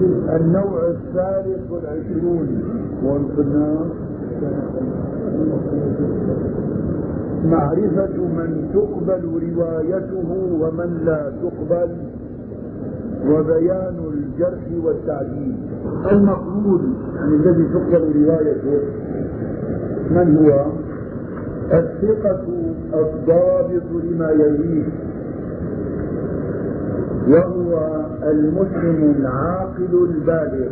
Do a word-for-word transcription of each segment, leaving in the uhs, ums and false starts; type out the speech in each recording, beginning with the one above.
النوع الثالث والعشرون وقلنا معرفة من تقبل روايته ومن لا تقبل، وبيان الجرح والتعديل. المقبول يعني الذي تقبل روايته من هو؟ الثقة الضابط لما يليه، وهو المسلم العاقل البالغ.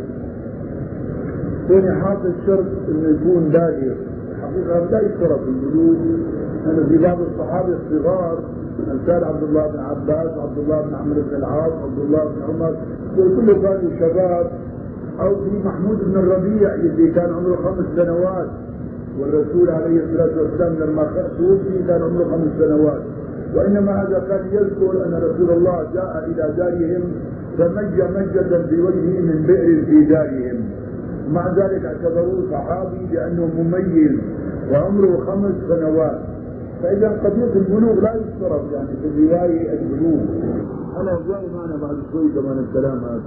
كان حاطط شرط انه يكون بالغ، الحقيقة لا يشترط البلوغ. أنا في بعض الصحابة الصغار أمثال عبد الله بن عباس وعبد الله بن عمرو بن العاص وعبد الله بن عمر كلهم كانوا شباب، أو في محمود بن الربيع اللي كان عمره خمس سنوات، والرسول عليه الصلاة والسلام لما توفي كان عمره خمس سنوات، وإنما هذا كان يذكر أن رسول الله جاء إلى دارهم فمج مجة بوجهه من بئر في دارهم، مع ذلك اعتبروه صحابي لأنه مميز وعمره خمس سنوات. فإذا قضية البلوغ لا يشترط يعني في الرواية البلوغ. أنا جاي معنا بعد شوي كمان الكلام هذا.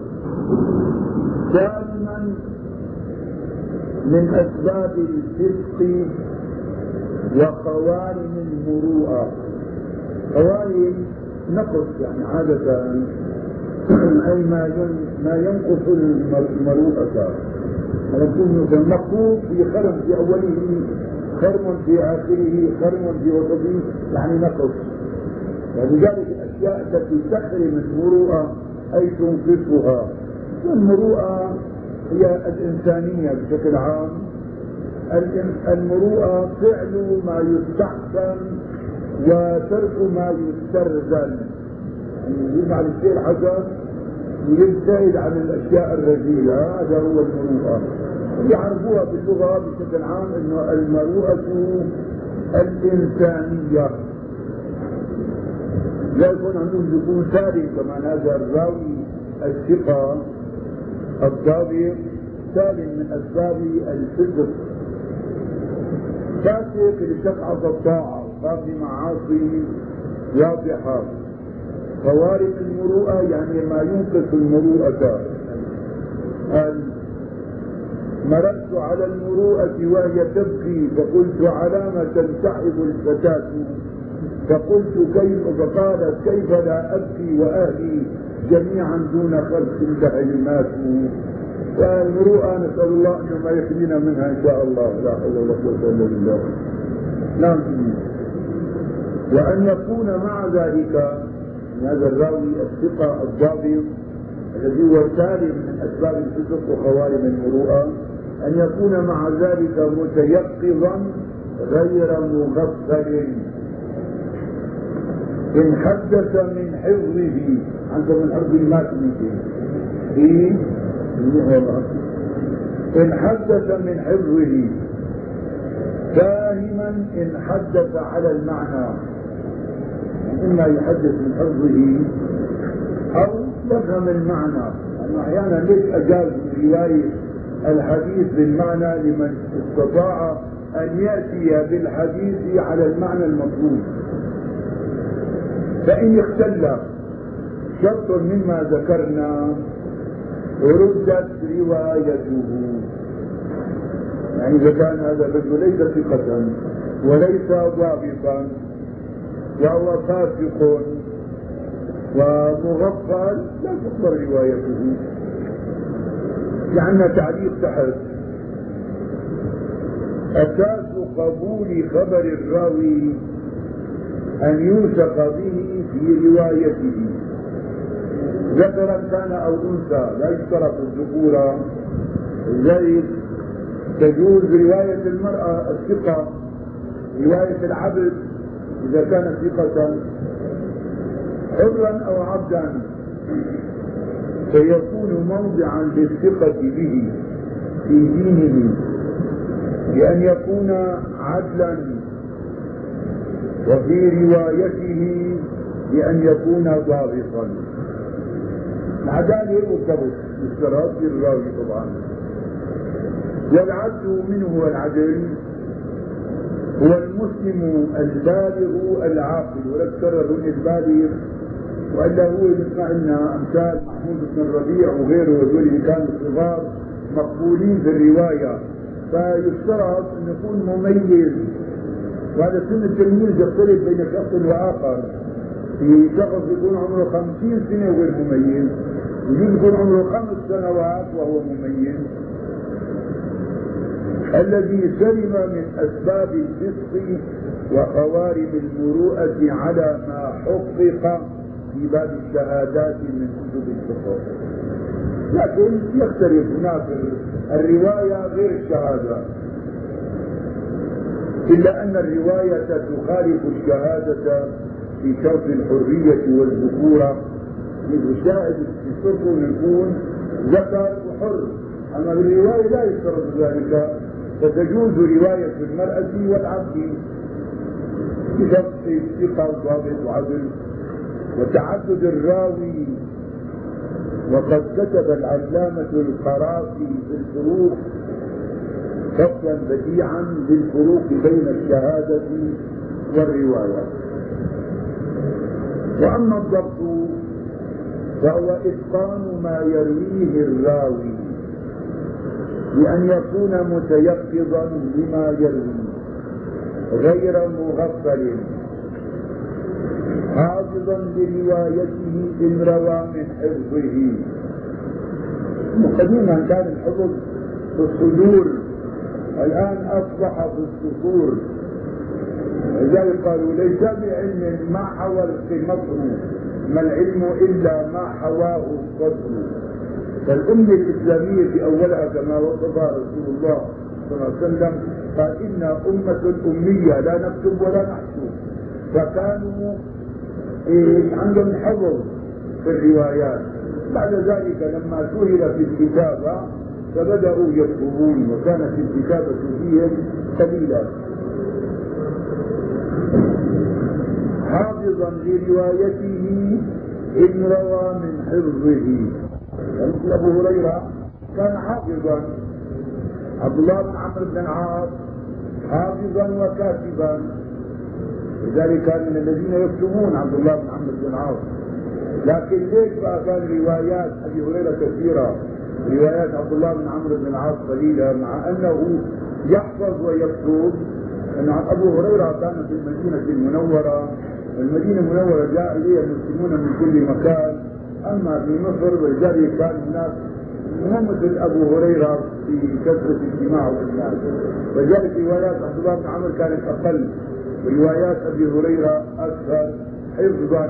ثانيا من أسباب الفسق وقوارن المروءة. قوارن نقص يعني عادة أي ما ما ينقص المروءة، يكون مقصود في خرم في أوله، خرم في آخره، خرم في وسطه، يعني نقص. ولذلك الأشياء التي تحرم المروءة أي تنقصها. المروءة هي الإنسانية بشكل عام. المروءة فعل ما يستحسن وترك ما يسترذل، يعني يفعل الشيء الحسن ويبتعد عن الأشياء الرذيلة، هذا هو المروءة. يعرفوها في اللغة بشكل عام انه المروءة الإنسانية. لا يكون عندهم يكون سالم كمان هذا الراوي الثقة الضابط سالم من أسباب الفسق. فاسق لتقعد الطاعة وفي معاصي واضحة. قوارن المروءة يعني ما ينقص المروءة. مررت على المروءة وهي تبكي فقلت على ما تنسحب الفتاة، فقلت كيف، فقالت كيف لا أبكي وأهلي جميعا دون خلق البهيمات. والمروءة نسأل الله أنه ما يحمينا منها إن شاء الله، لا حول ولا قوة إلا بالله. نعم. وأن يكون مع ذلك هذا الراوي الثقة الضابط الذي هو سالم من أسباب الفسق وخوارم المروءة، أن يكون مع ذلك متيقظا غير مغفل. إن حدث من حفظه، أنت من حفظ ما تمكن في إن حدث من حفظه فاهما إن حدث على المعنى، إما يحدث من حفظه أو يفهم المعنى. يعني أحيانا ليش أجاز رواية الحديث بالمعنى لمن استطاع أن يأتي بالحديث على المعنى المطلوب. فإن اختل شرط مما ذكرنا ردت روايته. يعني إذا كان هذا الرجل ليس ثقة وليس ضابطا وهو فاسق ومغفل لا تقبل روايته. لأن تعليق تحت أساس قبول خبر الراوي أن يوثق به في روايته، ذكرا كان أو أنثى، لا يشترط الذكورة. لذلك تجوز رواية المرأة الثقة، رواية العبد إذا كان ثقة، حرا أو عبدا، فيكون موضعا للثقة به في دينه، بأن يكون عدلا، وفي روايته بأن يكون ضابطا. العدالة والضبط يشترط في الراوي طبعا. والعدل منه العدل هو المسلم البالغ العاقل، ولا تكرر البالغ وإلا هو مثل ما قلنا أمثال محمود بن الربيع وغيره هذول اللي كانوا صغار مقبولين في الرواية، فيشترط أن يكون مميز. وهذا سن التمييز يختلف بين شخص وآخر. في شخص يكون عمره خمسين سنة وغير مميز، ويجوز يكون عمره خمس سنوات وهو مميز. الذي سلم من أسباب الفسق وقوارب المروءة على ما حقق في باب الشهادات من كتب الفقه. لكن يختلف هناك الرواية غير الشهادة، إلا أن الرواية تخالف الشهادة في شرط الحرية والذكورة. الشاهد يشترط أن يكون ذكر وحر، أما بالرواية لا يشترط ذلك، فتجوز رواية المرأة والعبد بشرط ثقة وضابط وعدل وتعدد الراوي. وقد كتب العلامة القرافي في الفروق فصلا بديعا للفروق بين الشهادة والرواية. وأما الضبط فهو إتقان ما يرويه الراوي بأن يكون متيقظا لما يروي غير مغفل، حافظا لروايته إن روى من حفظه. قديما كان الحفظ في الصدور، الآن أصبح في السطور. لذلك قالوا ليس بعلم ما حوى القمصر، ما العلم إلا ما حواه الصدر. فالأمة الإسلامية في أولها كما وصفها رسول الله صلى الله عليه وسلم قال إنا أمة أمية لا نكتب ولا نحسب. فكانوا إيه عندهم حفظ في الروايات. بعد ذلك لما سهل في الكتابة فبدأوا يكتبون، وكانت الكتابة فيهم قليلة. حافظا لروايته إن روى من حفظه. مثل أبو هريرة كان حافظا، عبد الله بن عمرو بن العاص حافظا وكاتبا، لذلك كان من الذين يكتبون عبد الله بن عمرو بن العاص. لكن ليش بقى كان روايات أبي هريرة كثيرة، روايات عبد الله بن عمرو بن العاص قليلة، مع أنه يحفظ ويكتب؟ أن أبو هريرة كان في المدينة المنورة، المدينة المنورة جاء إليها المسلمون من كل مكان. أما في مصر ولذلك كان الناس مو مثل أبو هريرة في كثرة اجتماعه بالناس، ولذلك روايات عبد الله بن عمرو كانت أقل، وروايات أبي هريرة أكثر حفظا.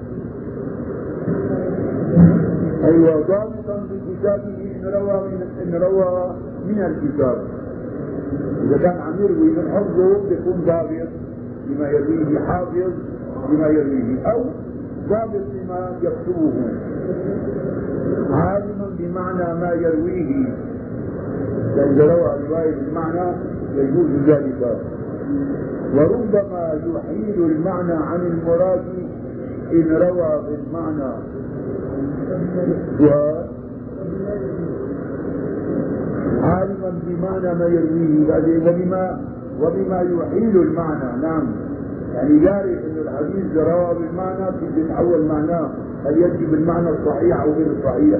أيوة ضابطا بكتابه إن روى من إن روى من الكتاب. إذا كان عم يروي من حفظه يكون ضابط لما يرويه، حافظ لما يرويه، أو ضابط لما يكتبه، عالما بمعنى ما يرويه. فإذا روى رواية بالمعنى يجوز ذلك. وربما يحيل المعنى عن المراد إن روى بالمعنى، عالما بمعنى ما يرويه، وبما وبما يحيل المعنى. نعم، يعني يعرف أن الحديث روى بالمعنى في يتحول معناه، هل يأتي بالمعنى الصحيح أو غير الصحيح،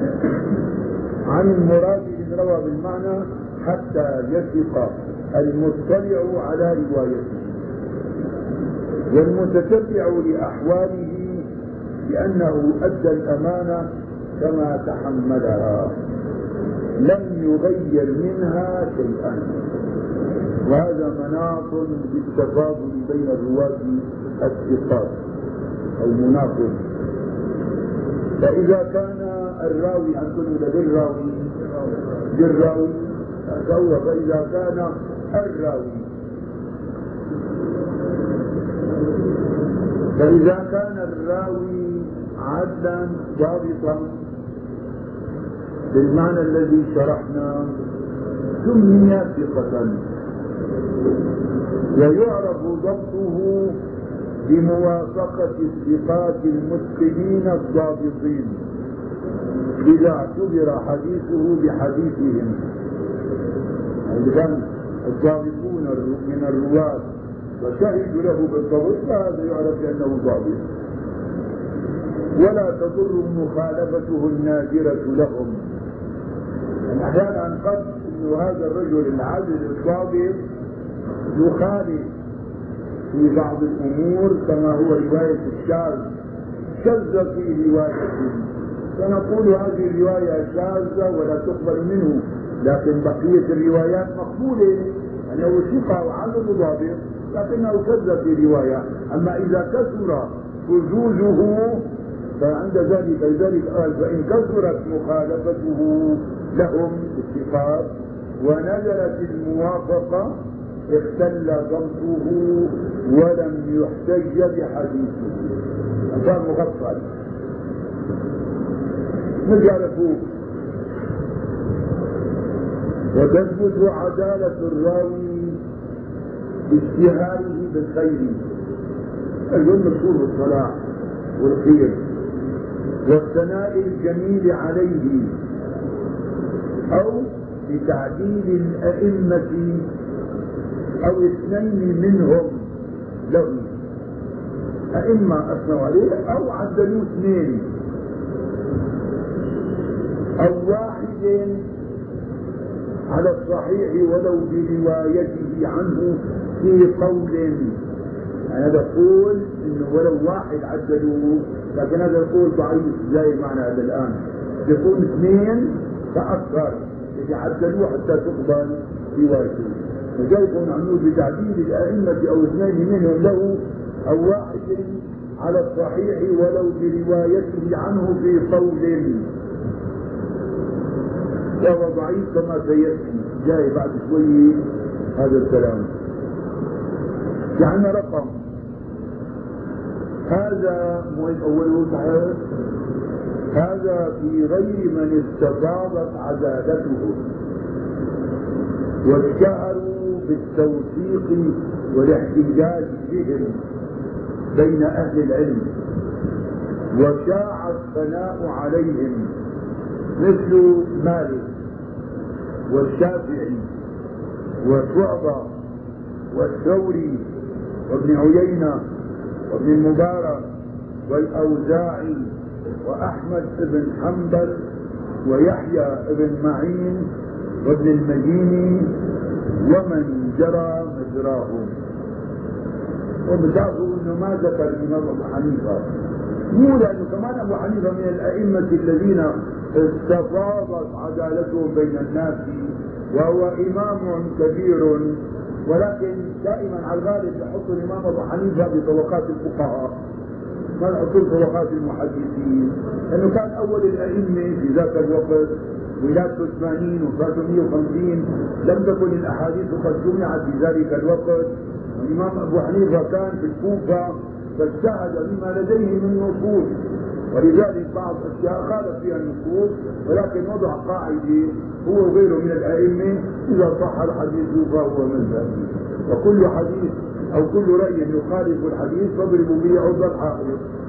عن المراد إن روى بالمعنى حتى يثق المطلع على روايته والمتتبع لأحواله بأنه أدى الأمانة كما تحملها، لم يغير منها شيئا. وهذا مناط بالتفاضل بين الرواة الثقات أو مناقض. فإذا كان الراوي أنتم للراوي للراوي فهو، فإذا كان الراوي فإذا كان الراوي عدلا ضابطا بالمعنى الذي شرحنا سمي ثقة، ويعرف ضبطه بموافقة الثقات المتقنين الضابطين إذا اعتبر حديثه بحديثهم. إذا كان الضابطون من الرواة وشهدوا له بالضبط فهذا يعرف بأنه ضابط. ولا تضر مخالفته النادرة لهم. يعني أحيانا قد أن هذا الرجل العادل الصادق يخالف في بعض الأمور كما هو رواية الشاذ، شذ في روايته فنقول هذه الرواية شاذة ولا تقبل منه، لكن بقية الروايات مقبولة أنه ثقة وعدل ضابط لكنه شذ في رواية. أما إذا كثر شذوذه فعند ذلك لذلك قال فإن كثرت مخالفته لهم الثقات ونزلت الموافقة اختل ضبطه ولم يحتج بحديثه، صار مغفل. نرجع لفوق. وتثبت عدالة الراوي باشتهاره بالخير، اليوم مشهور بالصلاح والخير والثناء الجميل عليه، أو بتعديل الأئمة أو اثنين منهم له، أئمة أثنوا عليه أو عدلوا اثنين أو واحد على الصحيح ولو بروايته عنه في قول. يعني هذا قول انه ولو واحد عدلوه، لكن هذا القول ضعيف زي معنى هذا الان، يكون اثنين فاكثر يعدلوه حتى تقبل روايته. وجاي يكون عمود بتعديل الائمه او اثنين منهم له او واحد على الصحيح ولو بروايته عنه في قول، وهو ضعيف كما سيأتي جاي بعد شوي هذا الكلام. يعني رقم هذا مو أوله صحيح، هذا في غير من استفاضت عدالته واشتهروا بالتوثيق والاحتجاج بهم بين أهل العلم وشاع الثناء عليهم، مثل مالك والشافعي وشعبة والثوري وابن عيينة وابن المبارك والأوزاعي وأحمد بن حنبل ويحيى بن معين وابن المديني ومن جرى مجراهم. وبتعرفوا انه ما ذكر الامام ابو حنيفه، مو لانه كمان ابو حنيفه من الائمه الذين استفاضت عدالتهم بين الناس وهو امام كبير، ولكن دائما على الغالب يحط الامام ابو حنيفه بطبقات الفقهاء ما يحطون طبقات المحدثين، لانه كان اول الائمه في ذاك الوقت، ولادته ثمانين وفاته مئة وخمسين، لم تكن الاحاديث قد جمعت في ذلك الوقت. الامام ابو حنيفه كان في الكوفه فاجتهد بما لديه من نصوص، ولذلك بعض الاشياء خالف فيها النصوص، ولكن وضع قاعده هو وغيره من الائمه اذا صح الحديث فهو مذهبي، وكل حديث او كل راي يخالف الحديث فاضربوا به عرض الحائط.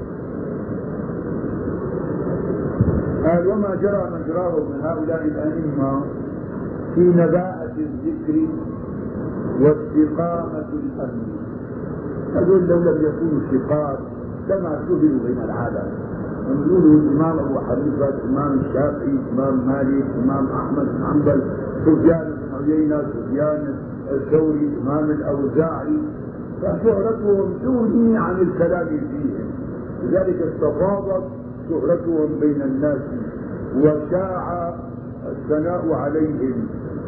قال وما جرى مجراه من هؤلاء الائمه في نباءة الذكر واستقامة الامر، هذول لو لم يكونوا ثقات كما شهروا بين العالم، نقولوا الامام ابو حنيفه، الامام الشافعي، الامام مالك، الامام احمد بن حنبل، سفيان بن عيينه، سفيان الثوري، الامام الاوزاعي، فشهرتهم تغني عن الكلام فيهم، لذلك استفاضت شهرتهم بين الناس وشاع الثناء عليهم،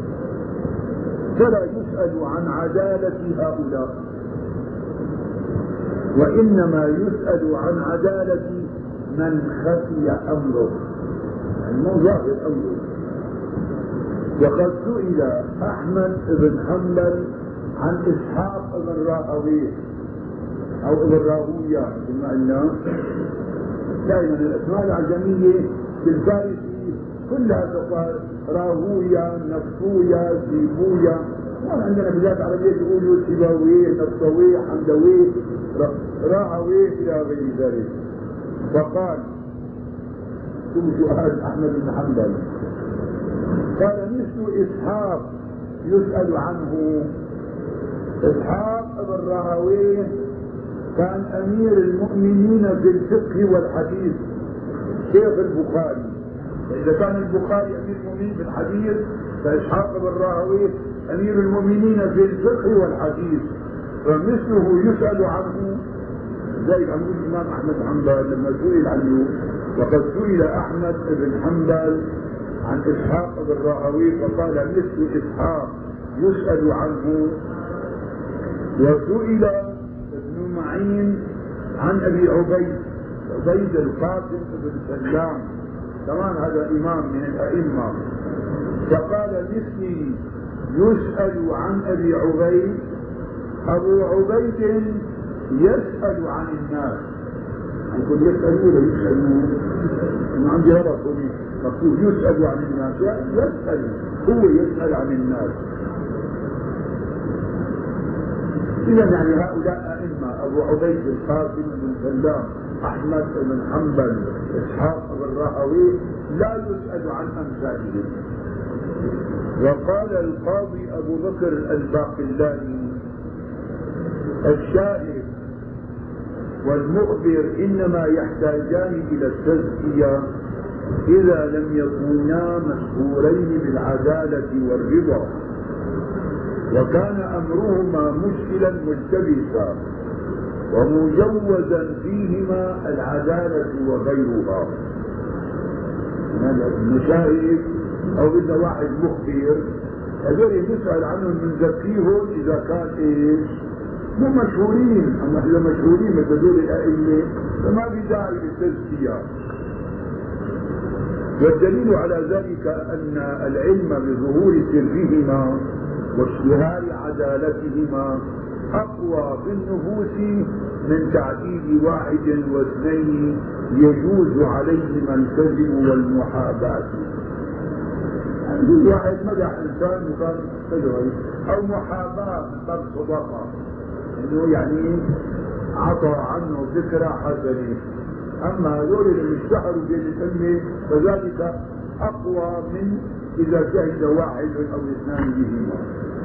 فلا يسأل عن عدالة هؤلاء، وإنما يسأل عن عدالة من خفي أمره، يعني من ظاهر أمره. وقد سئل أحمد بن حنبل عن إسحاق بن راهويه أو ابن راهويه كما قلنا، دائما الأسماء العجمية في الفارسي كلها تقال راهويه، نفسويه، زيبويه، عندنا بلاد عربية يقولوا سيباويه، نفسويه، حمدويه، راهويه إلى غير ذلك. فقال ثم سؤال أحمد بن حنبل قال مثل إسحاق يسأل عنه. إسحاق بن راهويه كان أمير المؤمنين في الفقه والحديث شيخ البخاري. إذا كان البخاري أمير المؤمنين في الحديث فإسحاق بن راهويه أمير المؤمنين في الفقه والحديث، فمثله يسأل عنه زي عن الإمام أحمد بن حنبل لما سئل عنه، وقد سئل أحمد بن حنبل عن إسحاق بن راهويه فقال مثل إسحاق يسأل عنه. وسئل ابن معين عن أبي عبيد عبيد القاسم بن سلام، كمان هذا إمام من الأئمة، فقال مثلي يسأل عن أبي عبيد. أبو عبيد يسأل عن الناس، يقول يسألون يسألون أنا عندي غلط هنا مكتوب يسأل عن الناس، يسأل هو يسأل عن الناس. إذا يعني هؤلاء أئمة أبو عبيد القاسم بن سلام، أحمد بن حنبل، إسحاق بن راهويه لا يسأل عن أمثالهم. وقال القاضي أبو بكر الباقلاني الشاهد والمخبر إنما يحتاجان إلى التزكية إذا لم يكونا مشهورين بالعدالة والرضا، وكان أمرهما مشكلا ملتبسا ومجوزا فيهما العدالة وغيرها. المشاهد أو بدنا واحد مخبر هذول نسأل عنهم نزكيهم إذا كان إيش مو مشهورين، أما إذا مشهورين مثل هذول الأئمة فما في داعي للتزكية. والدليل على ذلك أن العلم بظهور سرهما واشتهار عدالتهما أقوى في النفوس من تعديل واحد واثنين يجوز عليهما الكذب والمحاباة. يعني واحد مدح إنسان وكان تجري أو محاباة من باب صداقة، إنه يعني عطى عنه ذكرى حسنة. أما هذول اللي اشتهروا بين الأمة فذلك أقوى من إذا شهد واحد أو اثنان بهما.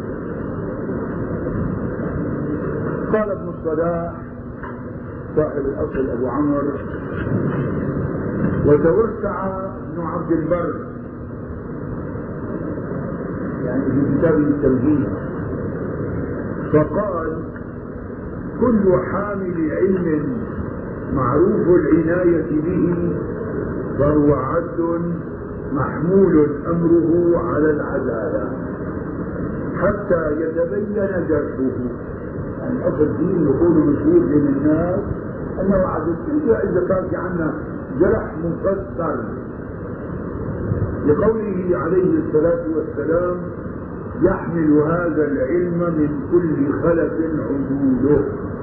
قال ابن الصلاح صاحب الأصل أبو عمرو: وتوسع ابن عبد البر يعني في كتابه التمهيد فقال: كل حامل علم معروف العناية به فهو عبد محمول أمره على العدالة حتى يتبين جرحه. يعني أصل الدين يقول مشهور بين الناس أنه عدل، إلا إذا كان في عنا جرح مفسر، لقوله عليه الصلاة والسلام: يحمل هذا العلم من كل خلف عدوله.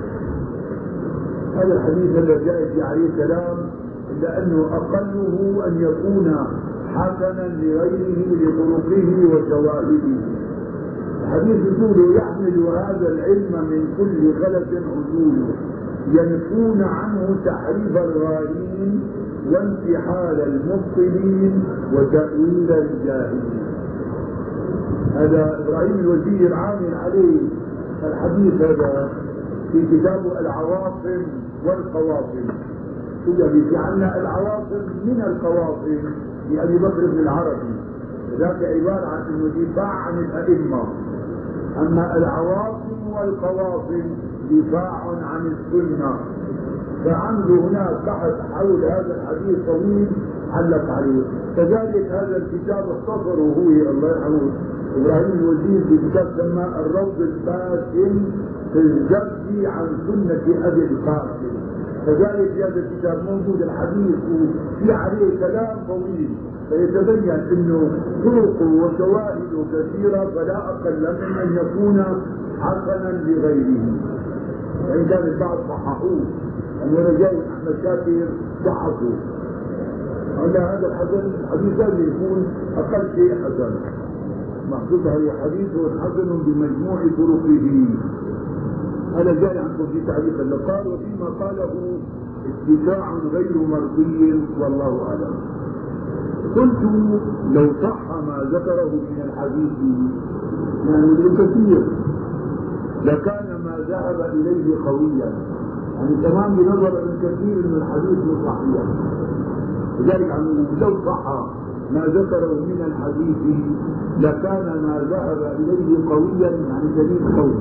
هذا الحديث الذي جاء في عليه السلام إلا أنه أقله أن يكون حسنا لغيره لطرقه وشواهده. الحديث يقول: يحمل هذا العلم من كل خلف عدوله ينفون عنه تحريف الغالين وانتحال المبطلين وتأويل الجاهلين. هذا إبراهيم الوزير عامل عليه الحديث هذا في كتابه العواصم والقواصم. في عنا العواصم من القواصم لأبي بكر بن العربي، ذاك عبارة عن انه دفاع عن الأئمة، أما العواصم والقواصم دفاع عن السنة. فعنده هناك بحث حول هذا الحديث طويل علق عليه. كذلك هذا الكتاب اختصره هو الله يرحمه إبراهيم الوزير في كتاب سماه الروض الباسم في الجد عن سنة أبي القاسم. كذلك في هذا الكتاب موجود الحديث وفي عليه كلام طويل، فيتبين انه طرقه وشواهده كثيره فلا اقل من ان يكون حسنا لغيره. وان كان البعض صححوه، انه رجال احمد شاكر ضعفوا. قال هذا الحسن الحديث هذا يكون اقل شيء حسن، محدود هو حديث حسن بمجموع طرقه. هذا جاء عنكم في تعليق اللقاء، وفيما قاله اتباع غير مرضي والله اعلم. قلت لو صح ما ذكره من الحديث يعني بالكثير لكان ما ذهب اليه قويا، يعني تمام بنظر ابن كثير ان الحديث مش صحيح. لذلك لو صح ما ذكره من الحديث لكان ما ذهب إليه قويا يعني دليل قوي.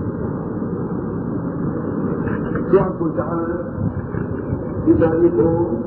شو عم تقول تعالى؟ بذلك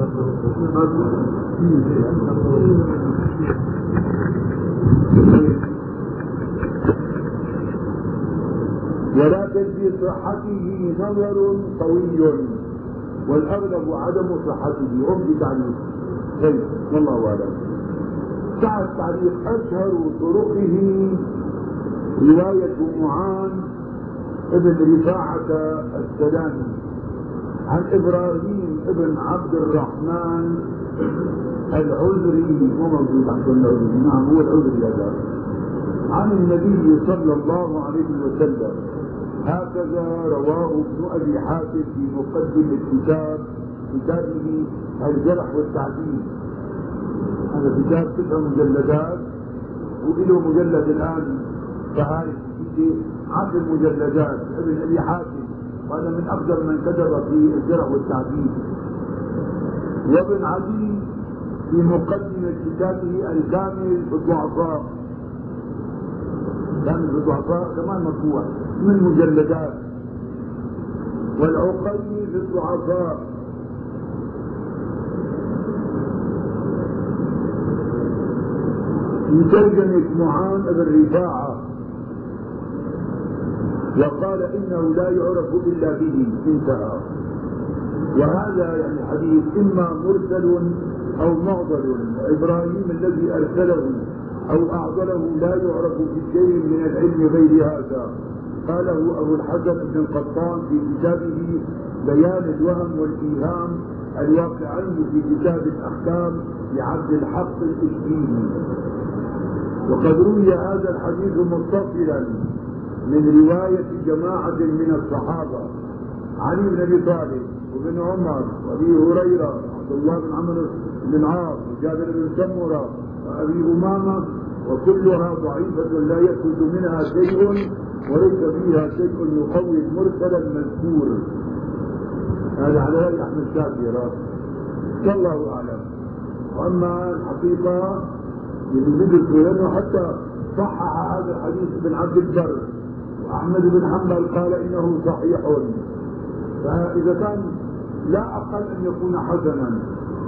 ولكن في صحته نظر قوي والأغلب عدم صحته هم بتعليق. طيب والله أعلم. بعد تعليق أشهر طرقه رواية معاذ ابن رفاعة السلامي عن إبراهيم ابن عبد الرحمن العذري، مو موجود عند العذري، نعم هو العذري هذا، عن النبي صلى الله عليه وسلم. هكذا رواه ابن أبي حاتم في مقدمة كتاب كتابه الجرح والتعديل. هذا كتاب تسع مجلدات وله مجلد الآن فهاي عشر مجلدات ابن أبي حاتم، وهذا من أفضل من كتب في الجرح والتعديل. وابن عدي في مقدمة كتابه الكامل في الضعفاء، كامل في الضعفاء كمان مطبوع من مجلدات. والعقيلي في الضعفاء. في ترجمة معاذ بن رفاعة وقال إنه لا يعرف إلا به، انتهى. وهذا يعني حديث إما مرسل أو معضل. إبراهيم الذي أرسله أو أعضله لا يعرف بشيء من العلم غير هذا. قاله أبو الحسن بن القطان في كتابه بيان الوهم والإيهام الواقعين في كتاب الأحكام لعبد الحق الإشبيلي. وقد روي هذا الحديث متصلا من رواية جماعة من الصحابة: علي بن أبي طالب وابن عمر وأبي هريرة وعبد الله بن عمرو بن العاص وجابر بن سمرة وأبي أمامة، وكلها ضعيفة لا يثبت منها شيء وليس فيها شيء يقوي المرسل المذكور. هذا على رأي أحمد شاكر والله أعلم. وأما الحقيقة اللي ذكرت لأنه حتى صحح هذا الحديث ابن عبد البر وأحمد بن حنبل قال إنه صحيح، فإذا كان لا أقل أن يكون حسنا.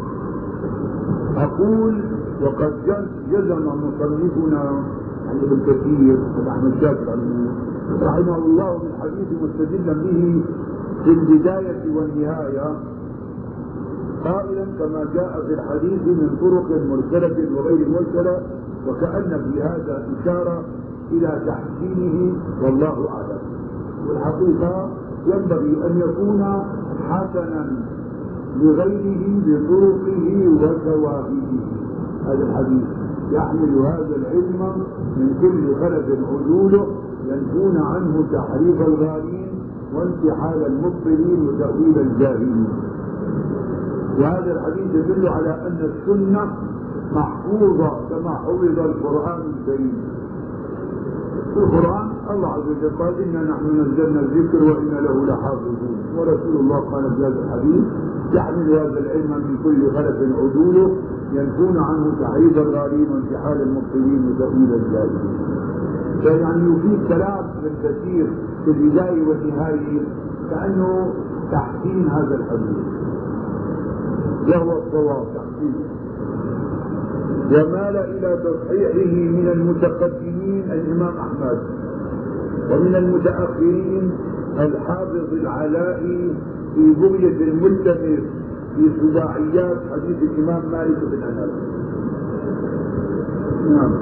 أقول وقد جزم مصنفنا يعني ابن كثير وأحمد شاكر رحمه الله بالحديث مستدلا به في البداية والنهاية قائلا كما جاء في الحديث من طرق مرسلة وغير مرسلة، وكأن في هذا إشارة إلى تحسينه والله أعلم. والحقيقة ينبغي أن يكون حسنا لغيره بطرقه وشواهده. هذا الحديث يحمل هذا العلم من كل خلف عدوله ينفون عنه تحريف الغالين وانتحال المبطلين وتأويل الجاهلين. وهذا الحديث يدل على أن السنة محفوظة كما حفظ القرآن الكريم. في القرآن الله عز وجل قال إنا نحن نزلنا الذكر وإنا له لحافظون، ورسول الله قال في هذا الحديث يحمل هذا العلم من كل خلف عدوله ينفون عنه تحريف الغالين وانتحال المبطلين وتأويل الجاهلين. فيعني يفيد كلام ابن كثير في البداية والنهاية كأنه تحسين هذا الحديث، وهو الصواب تحسين. ومال إلى تصحيحه من المتقدمين الإمام أحمد، ومن المتأخرين الحافظ العلائي في بغية الملتمس في سباعيات حديث الإمام مالك بن أنس. نعم.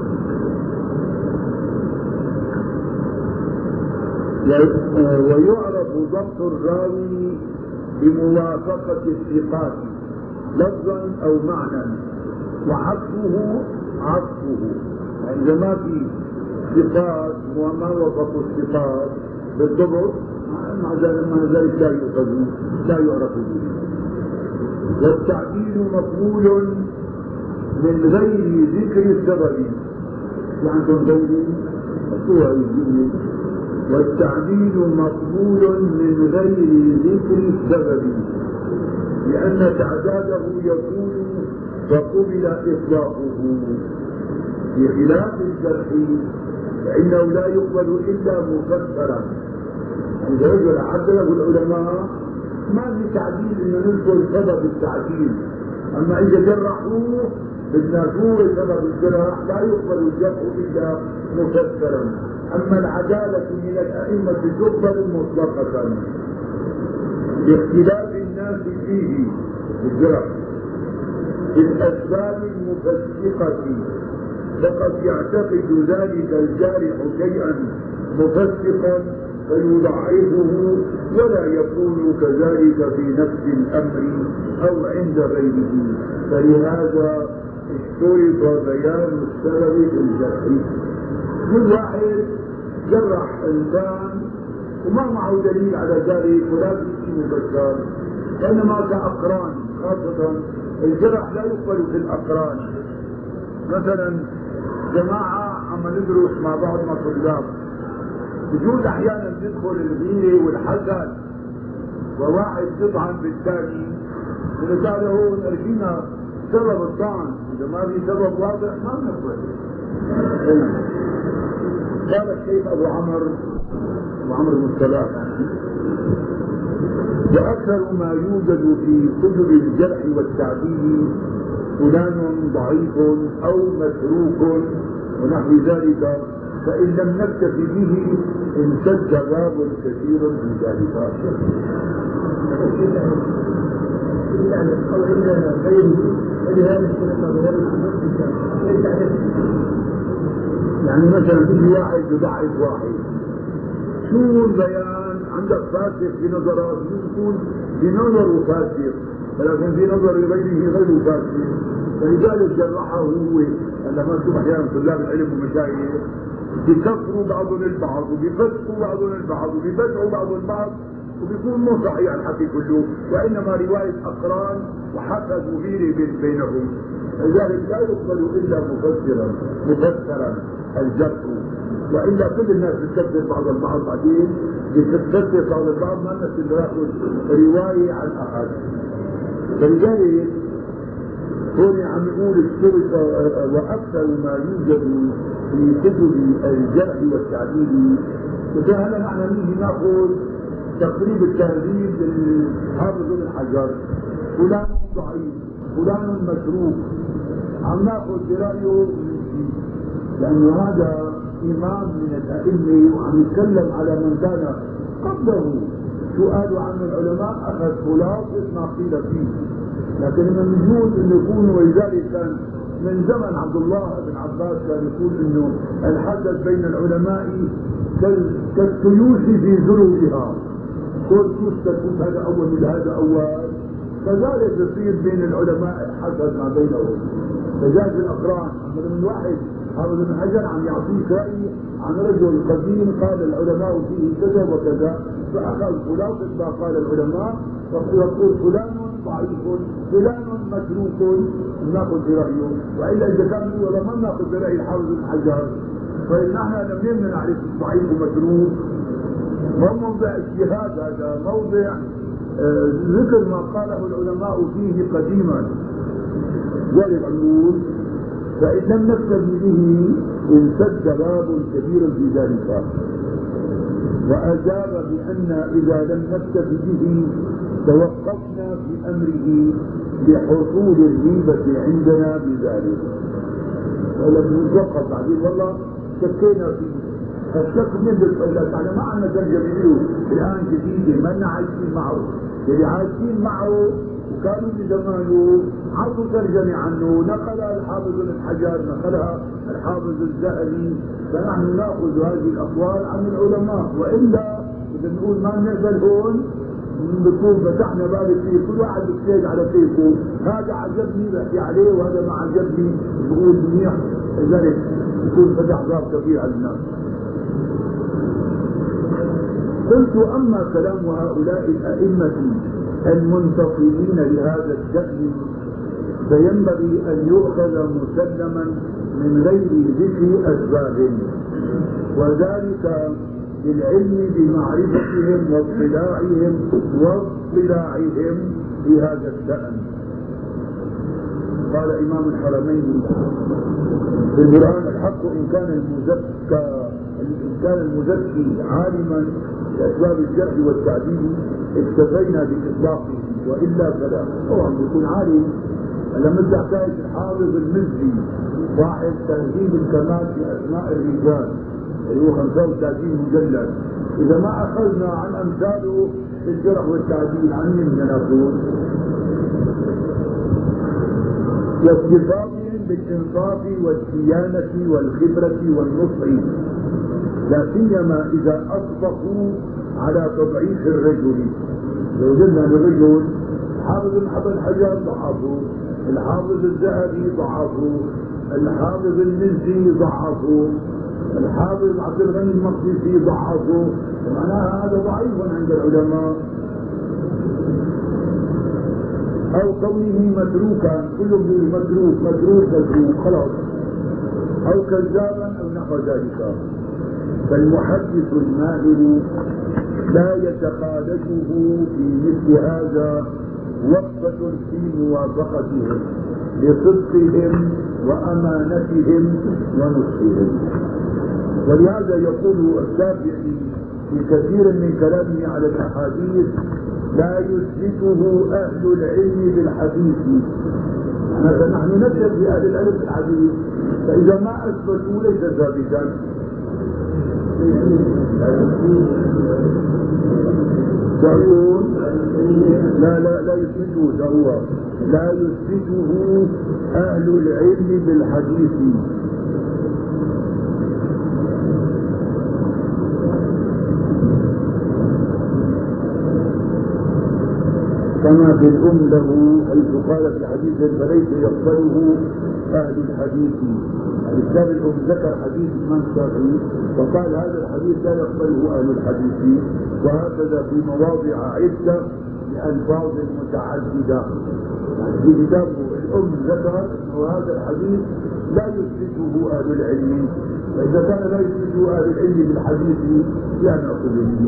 ويعرف ضبط الراوي بموافقة الثقات لفظا أو معنى، وعطفه عطفه، يعني إذا ما في ثقات وما وافقوا الثقات بالضبط مع ذلك لا يؤخذ لا يعرف به. والتعديل مقبول من غير ذكر السبب، يعني غير مقطوع الجمله. والتعديل مقبول من غير ذكر السبب، لأن تعداده يكون فقبل إطلاقه، بخلاف الجرح فإنه لا يقبل إلا مفسرا. إذا رجل عدله العلماء ما في تعديل إنه نذكر سبب التعديل، أما إذا جرحوه بدنا نشوف سبب الجرح لا يقبل الجرح إلا مفسرا. أما العدالة من الأئمة تقبل مطلقة باختلاف الناس فيه الجرح بالأسباب المفسقة، فقد يعتقد ذلك الجارح شيئا مفسقا فيضعفه ولا يكون كذلك في نفس الأمر أو عند غيره، فلهذا اشترط بيان السبب في الجرح. كل واحد جرح إنسان وما معه دليل على ذلك ولا في شيء مفسر، وإنما كأقران، خاصة الجرح لا يقبل في الأقران. مثلا جماعة عم ندرس مع بعض مع طلاب، بجوز أحيانا تدخل الغيرة والحسد وواحد يطعن بالثاني، ولذلك هو نرجينا سبب الطعن، إذا ما في سبب واضح ما بنقبل. قال الشيخ أبو عمرو أبو عمرو بن الصلاح: وأكثر ما يوجد في كتب الجرح والتعديل فلان ضعيف أو متروك ونحو ذلك، فإن لم نكتف به امتد باب كثير من ذلك. يعني مثلا في واحد يضعف واحد، شو البيان؟ عندك فاسق في نظرات، يكون بنظره فاسق ولكن في نظر غيره غير فاسق، فلذلك جرحه هو. لما نشوف احيانا طلاب العلم ومشايخ بيكفروا بعضهم البعض وبيفسقوا بعضهم البعض وبيبدعوا بعضهم البعض وبيكون مو صحيح الحكي كله، وانما روايه اقران وحسد وغيره بينهم، لذلك لا يقبل الا مفسرا مفسرا الجرح، والا كل الناس بتكفر بعض البعض، بعدين بتكفر بعض البعض ما الناس ياخذ روايه عن احد. فلذلك هون عم يقول اشترط واكثر ما يوجد في كتب الجرح والتعديل. وهلا نحن نيجي ناخذ تقريب التهذيب للحافظ بن حجر، فلان ضعيف فلان متروك، عم ناخذ برايه، لانه هذا امام من الائمه وعم يتكلم على من كان قبله. سؤال عن العلماء اخذ خلاصه ما قيل فيه، لكن من يجوز انه يكون، ولذلك كان من زمن عبد الله بن عباس كان يقول انه الحدث بين العلماء كالسيوف في ذروها، كل سوس تكون هذا اول من هذا اول، كذلك يصير بين العلماء الحدث ما بينهم. فجاء الاقران من واحد حافظ بن حجر عم يعطيك راي عن رجل قديم قال العلماء فيه كذا وكذا، فاخذ خلاصه ما قال العلماء ويقول فلان ضعيف فلان متروك ناخذ برايه، والا اذا كان والله ما ناخذ براي الحافظ بن حجر، فنحن لم نعرف الضعيف ومتروك. مو موضع اجتهاد، هذا موضع آه ذكر ما قاله العلماء فيه قديما. ذلك نقول فإن لم نكتب به امتد باب كبير في ذلك، وأجاب بأن إذا لم نكتب به توقفنا في أمره لحصول الريبة عندنا بذلك. ولم نتوقف بعدين والله شكينا فيه. الشك من بالفلات، احنا ما عندنا ترجمة له الآن جديدة، ما لنا عايشين معه، اللي عايشين معه وكانوا بزمانه عطوا ترجمة عنه، نقلها الحافظ بن حجر، نقلها الحافظ الذهبي، فنحن ناخذ هذه الأقوال عن العلماء، وإلا إذا نقول ما نقبل هون بنكون فتحنا باب كثير، كل واحد بيجتهد على كيفه، هذا عجبني بحكي عليه وهذا ما عجبني بقول منيح، لذلك يكون فتح باب كثير على الناس. قلت أما كلام هؤلاء الأئمة المنتصرين لهذا الشأن فينبغي أن يؤخذ مسلما من غير ذكر أسباب، وذلك للعلم بمعرفتهم واطلاعهم واطلاعهم في هذا الشأن. قال إمام الحرمين في القرآن: الحق إن كان المزكى إن كان المزكي عالما بأسباب الجرح والتعديل اكتفينا بإطلاقه، وإلا فلا. طبعا يكون عالم. لما تحتاج الحافظ المزي صاحب تهذيب الكمال في أسماء الرجال اللي هو خمسة وثلاثين مجلد، إذا ما أخذنا عن أمثاله في الجرح والتعديل عن من بدنا نقول؟ واتصافهم بالإنصاف والصيانة والخبرة والنصح، لا سيما إذا أصبحوا على تضعيف الرجل. لو قلنا للرجل حافظ ابن حجر ضعفه، الحافظ الذهبي ضعفه، الحافظ المزي ضعفه، الحافظ عبد الغني المقدسي ضعفه، معناها هذا ضعيف عند العلماء. أو كونه متروكا، كلهم يقولوا متروك متروك متروك خلاص، أو كذابا أو نحو ذلك. فالمحدث الماهر لا يتخالفه في مثل هذا وقفة في موافقتهم لصدقهم وأمانتهم ونصحهم. ولهذا يقول الشافعي في كثير من كلامه على الأحاديث: لا يثبته أهل العلم بالحديث. نحن نثبت بأهل العلم بالحديث، فإذا ما أثبتوا ليس ثابتا. تقول لا لا لا يثبته، هو لا يثبته أهل العلم بالحديث. كما في الأم له حيث قال في حديث: فليس يقبله أهل الحديث. الكتاب الأم ذكر حديث الإمام الشافعي وقال: هذا الحديث لا يقبله أهل الحديث. وهكذا في مواضع عدة بألفاظ متعددة. يعني في كتابه الأم ذكر وهذا الحديث لا يثبته أهل العلم، فإذا كان لا يثبته أهل العلم بالحديث لا نأخذ به.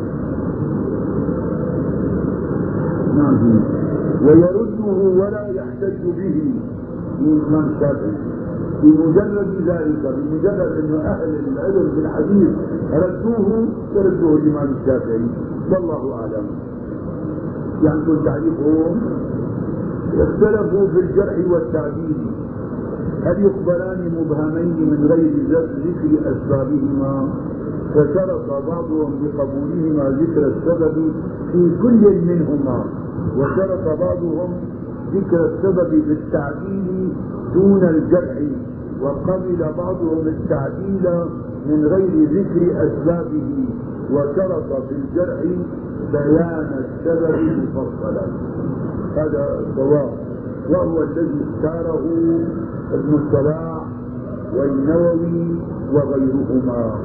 ويرده ولا يحتج به من الإمام الشافعي بمجرد ذلك، بمجرد أن أهل العلم بالحديث ردوه يردوه الإمام الشافعي. والله أعلم. يعني كنت تعرفهم اختلفوا في الجرح والتعديل: هل يقبلان مبهمين من غير ذكر أسبابهما؟ فشرط بعضهم بقبولهما ذكر السبب في كل منهما، وشرط بعضهم ذكر السبب في التعديل دون الجرح، وقبل بعضهم التعديل من غير ذكر أسبابه، وشرط في الجرح بيان السبب مفصلا. هذا الصواب، وهو الذي اختاره ابن الصلاح والنووي وغيرهما.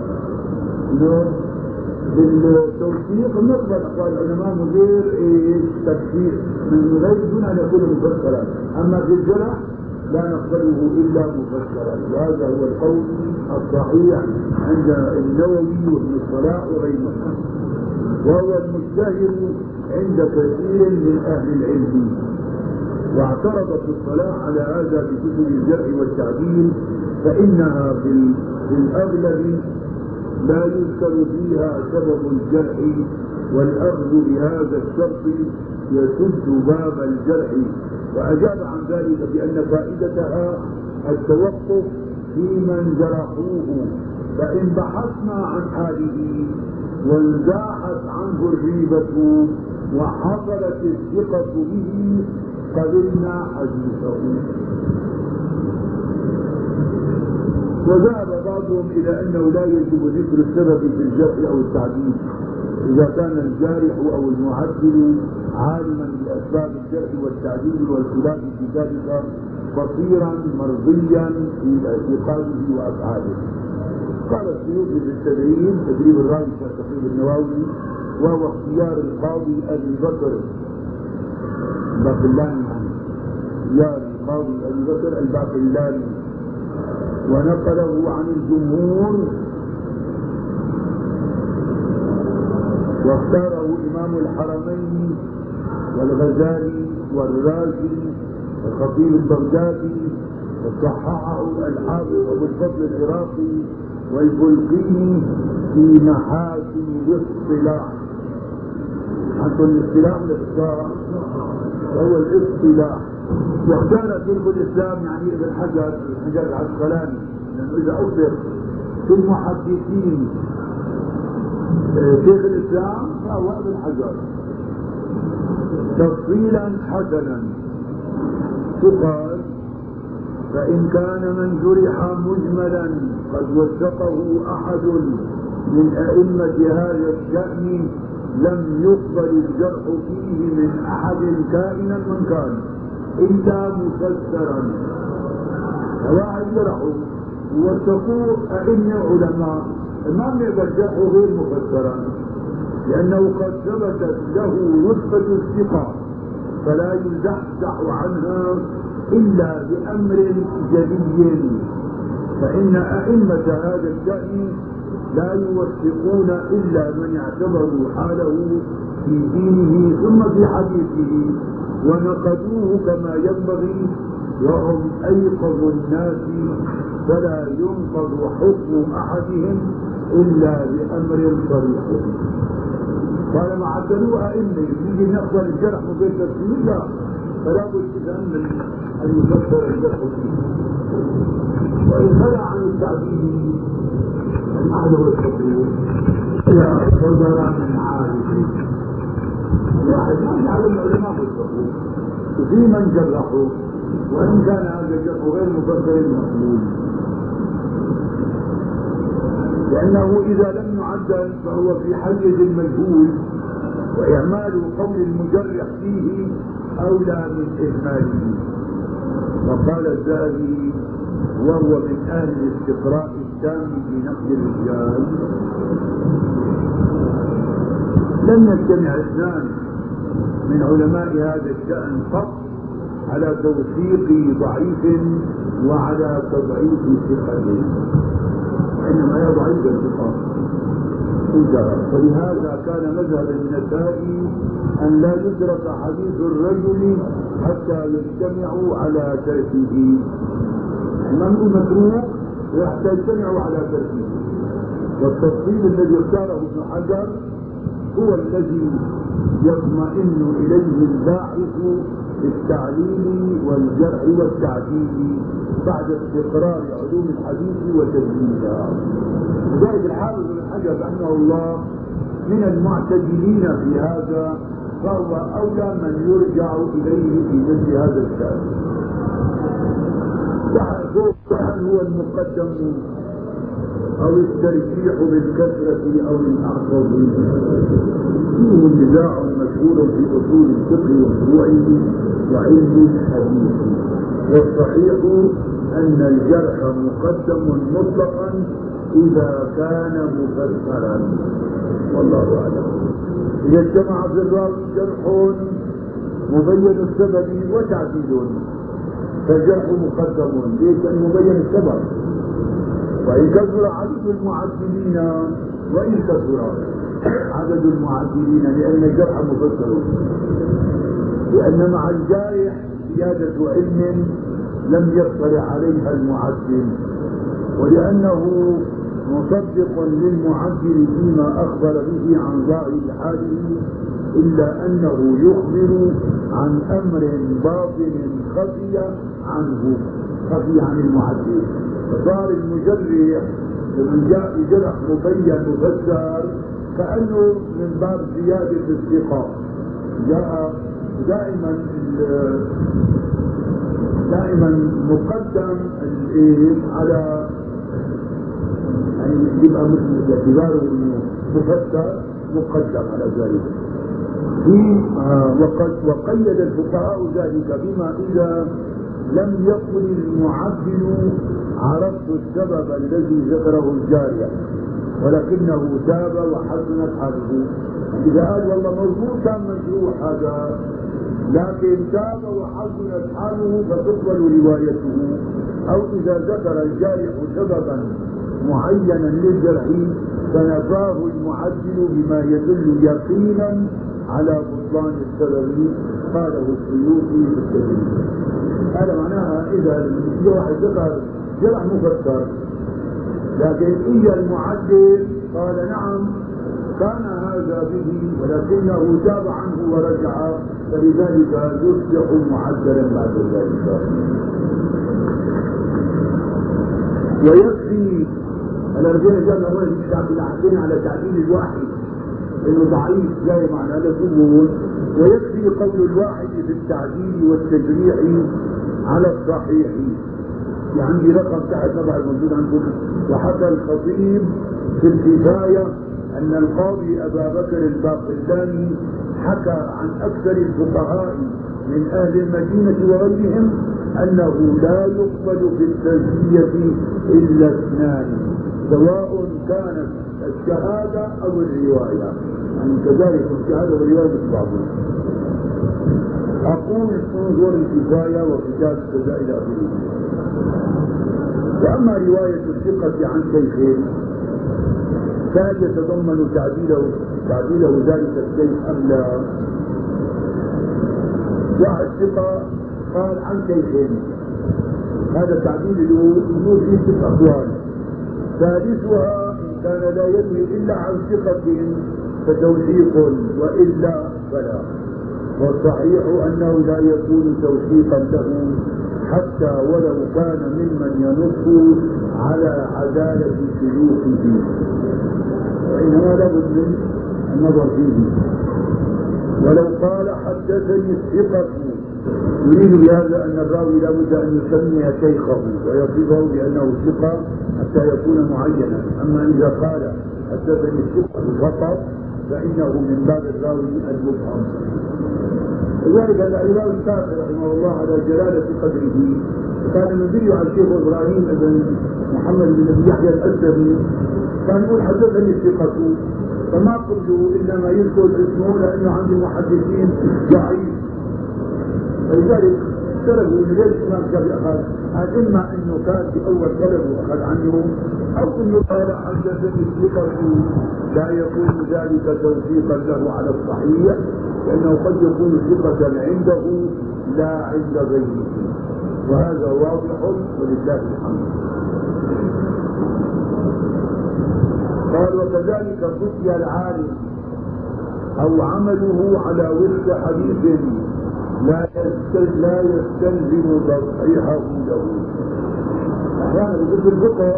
بالتوثيق نقبل اقوال العلماء من غير ايش تفسير، من غير دون ان يكون مفسرا، اما في الجرح لا نقبله الا مفسرا. وهذا هو القول الصحيح عند النووي وابن الصلاح وغيرهم، وهو المشتهر عند كثير من اهل العلم. واعترض ابن الصلاح على هذا في كتب الجرح والتعديل، فانها في الاغلب لا يذكر فيها سبب الجرح، والأخذ بهذا الشرط يسد باب الجرح. وأجاب عن ذلك بأن فائدتها التوقف في من جرحوه، فإن بحثنا عن حاله وانزاحت عنه الريبة وحصلت الثقة به قبلنا حديثه. وذهب بعضهم إلى أنه لا يجب ذكر السبب في الجرح أو التعديل إذا كان الجارح أو المعدل عالما بأسباب الجرح والتعديل والخلاف في ذلك بصيرا مرضيا في اعتقاده وأفعاله. قال السيوطي في التدريب تدريب الراوي في تقريب النووي: وهو اختيار القاضي أبي بكر الباقلاني، اختيار القاضي أبي بكر الباقلاني، ونقله عن الجمهور واختاره إمام الحرمين والغزالي والرازي والخطيب البغدادي، وصححه الحافظ أبو الفضل العراقي والبلقيني في محاسن الاصطلاح. حتى الاصطلاح الاختصار هو الاصطلاح. واختار شيخ الاسلام يعني ابن حجر ابن حجر العسقلاني، لانه اذا اطلق في المحدثين شيخ الاسلام فهو ابن حجر تفصيلا حسنا. تقال فإن كان من جرح مجملا قد وثقه أحد من أئمة هذا الشأن لم يقبل الجرح فيه من أحد كائنا من كان إلا مفسرا. فواحد جرحوا ووثقوه أئمة علماء ما يقبل جرحه غير مفسرا، لأنه قد ثبتت له رتبة الثقة فلا يزحزح عنها إلا بأمر جلي. فإن أئمة هذا الشأن لا يوثقون إلا من اعتبروا حاله في دينه ثم في حديثه ونقدوه كما ينبغي، وهم أيقظ الناس فلا ينقض حكم أحدهم إلا بأمر صريح. قال ما عدلوا أئمة يجي نقبل الجرح وغير تفسير، لا، فلا بد أن يفسر الجرح فيه. وإن خلع عن التعديل المعنى والتطبيق إذا صدر من عارف الواحد ما يعلم العلماء بالتطبيق، وفي من جرحوا وإن كان هذا الجرح غير مفسر مقبول، لأنه إذا لم يعدل فهو في حيز المجهول، وإعمال قول المجرح فيه أولى من إهماله. وقال الذهبي وهو من أهل الاستقراء التام في نقد الرجال: لم يجتمع اثنان من علماء هذا الشأن قط على توثيق ضعيف وعلى تضعيف ثقته، وإنما هي ضعيف الثقة. ولهذا كان مذهب النسائي أن لا يدرك حديث الرجل حتى يجتمعوا على تركه. من متروك وحتى يجتمعوا على تركه. والتفصيل الذي اختاره ابن حجر هو الذي يطمئن إليه الباحث في التعليل والجرح والتعديل بعد استقرار علوم الحديث وتدليلها. لذلك الحافظ ابن حجر رحمه الله من المعتدلين في هذا، فهو أولى من يرجع إليه في مثل هذا الشأن. هل هو المقدم أو الترجيح بالكثرة أو الأحفظ؟ فيه نزاع مشهور في أصول الفقه وفروعه وعلم الحديث، والصحيح أن الجرح مقدم مطلقا إذا كان مفسرا، والله أعلم. إذا اجتمع في الراوي جرح مبين السبب وتعديل فالجرح مقدم، ليس مبين السبب. وإن كثر عدد المعدلين وإن كثر عدد المعدلين لأن الجرح مفسر، لأن مع الجارح زيادة علم لم يطلع عليها المعدل، ولأنه مصدق للمعدل فيما أخبر به عن ظاهر حاله، إلا أنه يخبر عن أمر باطن خفي عنه، خفي عن المعدل. فصار المجرح لمن جاء بجرح مبين مفسر كأنه من باب زيادة الثقة. جاء دائما دائما مقدم على يعني يبقى مثل اعتباره انه مفسر مقدم على ذلك. في وقد وقيد الفقهاء ذلك بما اذا لم يقل المعدل عرفت السبب الذي ذكره الجارح ولكنه تاب وحسنت حاله. اذا قال والله موضوع كان مجروح هذا لكن تاب وحسنت حاله فتقبل روايته، او اذا ذكر الجارح سببا معينا للجرح فنفاه المعدل بما يدل يقينا على بطلان السبب قاله السيوطي في التدريب. هذا معناها إذا واحد ذكر جرح مفسر لكن إجا المعدل قال نعم كان هذا به ولكنه تاب عنه ورجع، فلذلك يصبح معدلا بعد ذلك. ويكفي الأرجين جاء الرجل الشعبي العقلين على تعديل الواحد انه ضعيف جاي معنى هذا كله، ويكفي قول الواحد في التعديل والتجريح على الصحيح. في عندي رقم تحت طبعا موجود عندكم. وحكى الخطيب في الكفاية أن القاضي أبا بكر الباقلاني حكى عن أكثر الفقهاء من أهل المدينة وغيرهم أنه لا يقبل في التزكية إلا اثنان، سواء كانت الشهادة أو الرواية، يعني كذلك الشهادة والرواية مثل بعضهم. أقول انظر الكفاية وكتاب الجزاء إلى آخره. وأما رواية الثقة عن شيخين فهل يتضمن تعديله تعديله ذلك الشيخ أم لا؟ واحد ثقة قال عن شيخين، هذا تعديل له فيه ست أقوال، ثالثها إن كان لا يروي إلا عن ثقة فتوثيق وإلا فلا. والصحيح أنه لا يكون توثيقا له حتى ولو كان ممن ينص على عدالة شيوخه، وإنما لابد من النظر فيه. ولو قال حدثني الثقة يريد بهذا أن الراوي لابد أن يسمي شيخه ويصفه بأنه ثقة حتى يكون معينا. أما إذا قال حدثني الثقة فقط فإنه من باب الراوي المبهم. لذلك الإمام الشافعي رحمه الله على جلالة قدره كان يدل على الشيخ إبراهيم بن محمد بن يحيى الأسلمي كان يقول حدثني الثقة، فما قلت إلا ما يذكر اسمه لأنه عند المحدثين ضعيف. فلذلك اختلفوا من ليش الإمام الشافعي أخذ، إما أنه كان في أول طلب وأخذ عنه، أو أنه قال حدثني الثقة لا يكون ذلك توثيقا له على الصحيح، لأنه قد يكون ثقة عنده لا عند غيره، وهذا واضح ولله الحمد. قال وكذلك فتي العالم أو عمله على وفق حديث لا لا يستلزم تصحيحه له. أحيانا في الفقه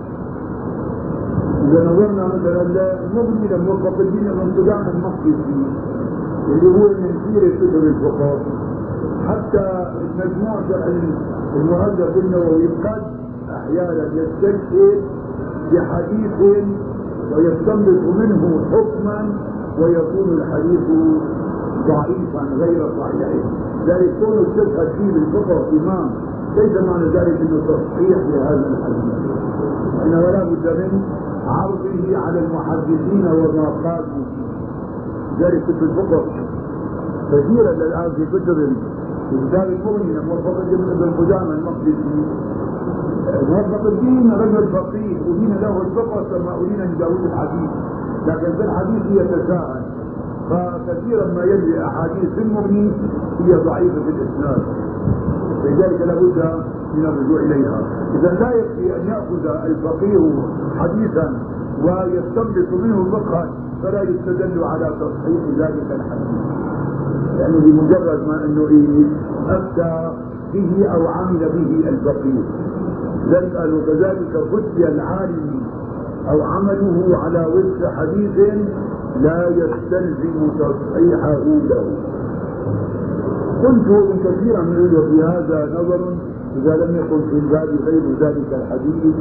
إذا نظرنا مثلا المبني لموفق الدين من قدام المقدسي اللي هو من سيرة كتب الفقه، حتى المجموع شرح المؤلف النووي قد أحيانا يستشهد بحديث ويستنبط منه حكما ويكون الحديث ضعيفا غير صحيح. ذلك كون الشبهة فيه بالفقه إمام ليس معنى ذلك انه تصحيح لهذا الحديث، وإنما ولا بد من عرضه على المحدثين وما قالوا. ذلك كتب الفقه كثيرا الآن في كتب في كتاب المغني موفق الدين ابن قدامة المقدسي. موفق الدين رجل فقيه أدين له الفقه كما أدين من داوود الحديث، لكن في الحديث يتساهل، فكثيرا ما يجري أحاديث في المغني هي ضعيفة في الإسناد، لذلك لابد من الرجوع إليها. إذا لا يكفي أن يأخذ الفقيه حديثا ويستنبط منه فقها فلا يستدل على تصحيح ذلك الحديث، لأنه بمجرد ما أنه إيه أفتى به أو عمل به الفقيه. ذلك قال وكذلك فتي العالم أو عمله على وفق حديث لا يستلزم تصحيحه له. قلت إن كثيرا من في هذا نظر إذا لم يكن في الباب غير ذلك الحديث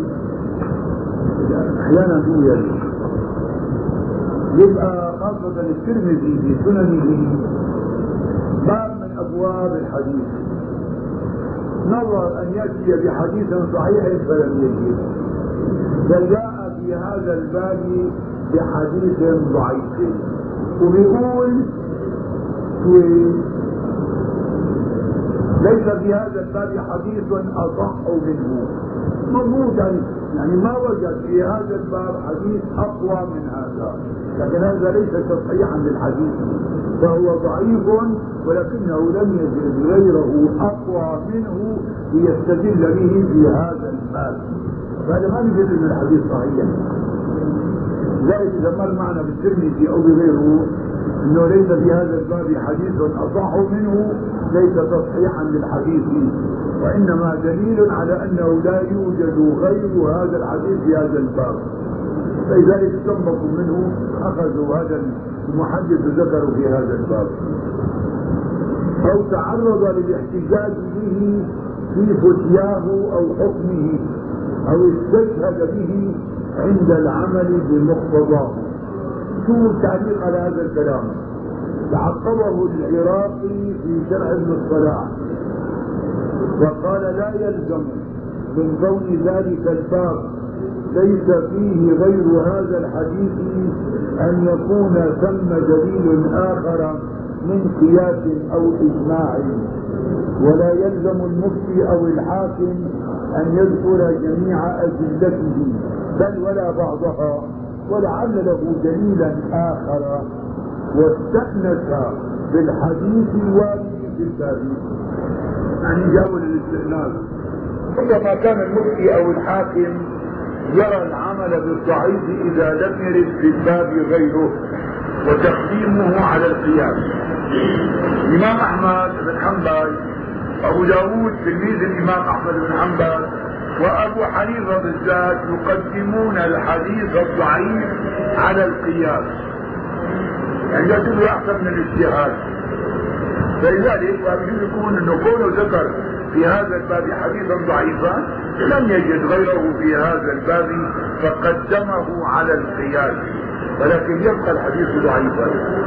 أحيانا توجد. يبقى خاصة الترمذي في سننه باب من أبواب الحديث نظر أن يأتي بحديث صحيح فلم يجد، فجاء في هذا الباب بحديث ضعيف وبيقول ليس في هذا الباب حديث أصح منه. موجود يعني, يعني ما وجد في هذا الباب حديث أقوى من هذا، لكن هذا ليس تصحيحا للحديث، فهو ضعيف ولكنه لم يجد غيره أقوى منه ليستدل به في هذا الباب، فهذا ما نجد من الحديث صحيح. لذلك إذا مر معنا بالترمذي أو بغيره انه ليس في هذا الباب حديث اصح منه، ليس تصحيحا للحديث، وانما دليل على انه لا يوجد غير هذا الحديث في هذا الباب، فلذلك استنبطوا منه اخذوا هذا المحدث ذكروا في هذا الباب. او تعرض للاحتجاج به في فتياه او حكمه، او استشهد به عند العمل بمقتضاه. شو التعليق على هذا الكلام؟ تعقبه العراقي في شرح ابن الصلاح وقال لا يلزم من كون ذلك الباب ليس فيه غير هذا الحديث ان يكون ثم دليل اخر من قياس او اجماع، ولا يلزم المفتي او الحاكم ان يذكر جميع ادلته بل ولا بعضها، ولعل له دليلا آخر واستأنس بالحديث الوارد في الباب. يعني جاول الاستئناس، ربما كان المفتي أو الحاكم يرى العمل بالضعيف إذا لم يرد في الباب غيره وتقديمه على القياس. الإمام أحمد بن حنبل، أبو داود تلميذ الإمام أحمد بن حنبل، وأبو حنيفة بالذات يقدمون الحديث الضعيف على القياس، يعني يعتبر أحسن من الاجتهاد. فلذلك يجوز يكون أنه كونه ذكر في هذا الباب حديثا ضعيفا لم يجد غيره في هذا الباب فقدمه على القياس، ولكن يبقى الحديث ضعيفا.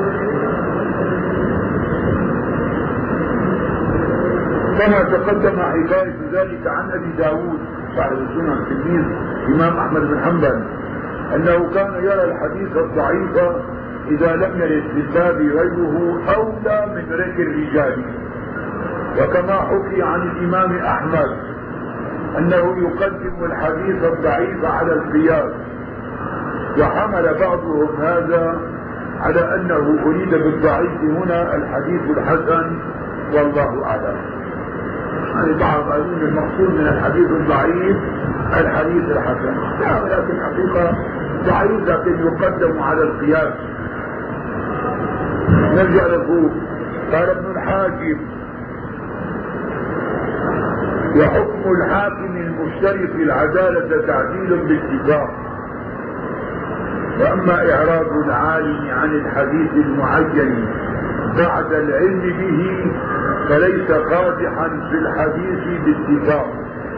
كما تقدم حكاية ذلك عن أبي داود صاحب السنن تلميذ الإمام أحمد بن حنبل أنه كان يرى الحديث الضعيف إذا لم يرد في الباب غيره أولى من رد الرجال. وكما حكي عن الإمام أحمد أنه يقدم الحديث الضعيف على القياس، وحمل بعضهم هذا على أنه أريد بالضعيف هنا الحديث الحسن، والله أعلم. يعني بعض قالوا المقصود من الحديث الضعيف الحديث الحسن، لا، ولكن حقيقة ضعيف لكن يقدم على القياس. نرجع لفوق. قال ابن الحاكم: وحكم الحاكم المشترك العدالة تعديل باتفاق، واما اعراض العالم عن الحديث المعين بعد العلم به فليس قادحا في الحديث باتفاق.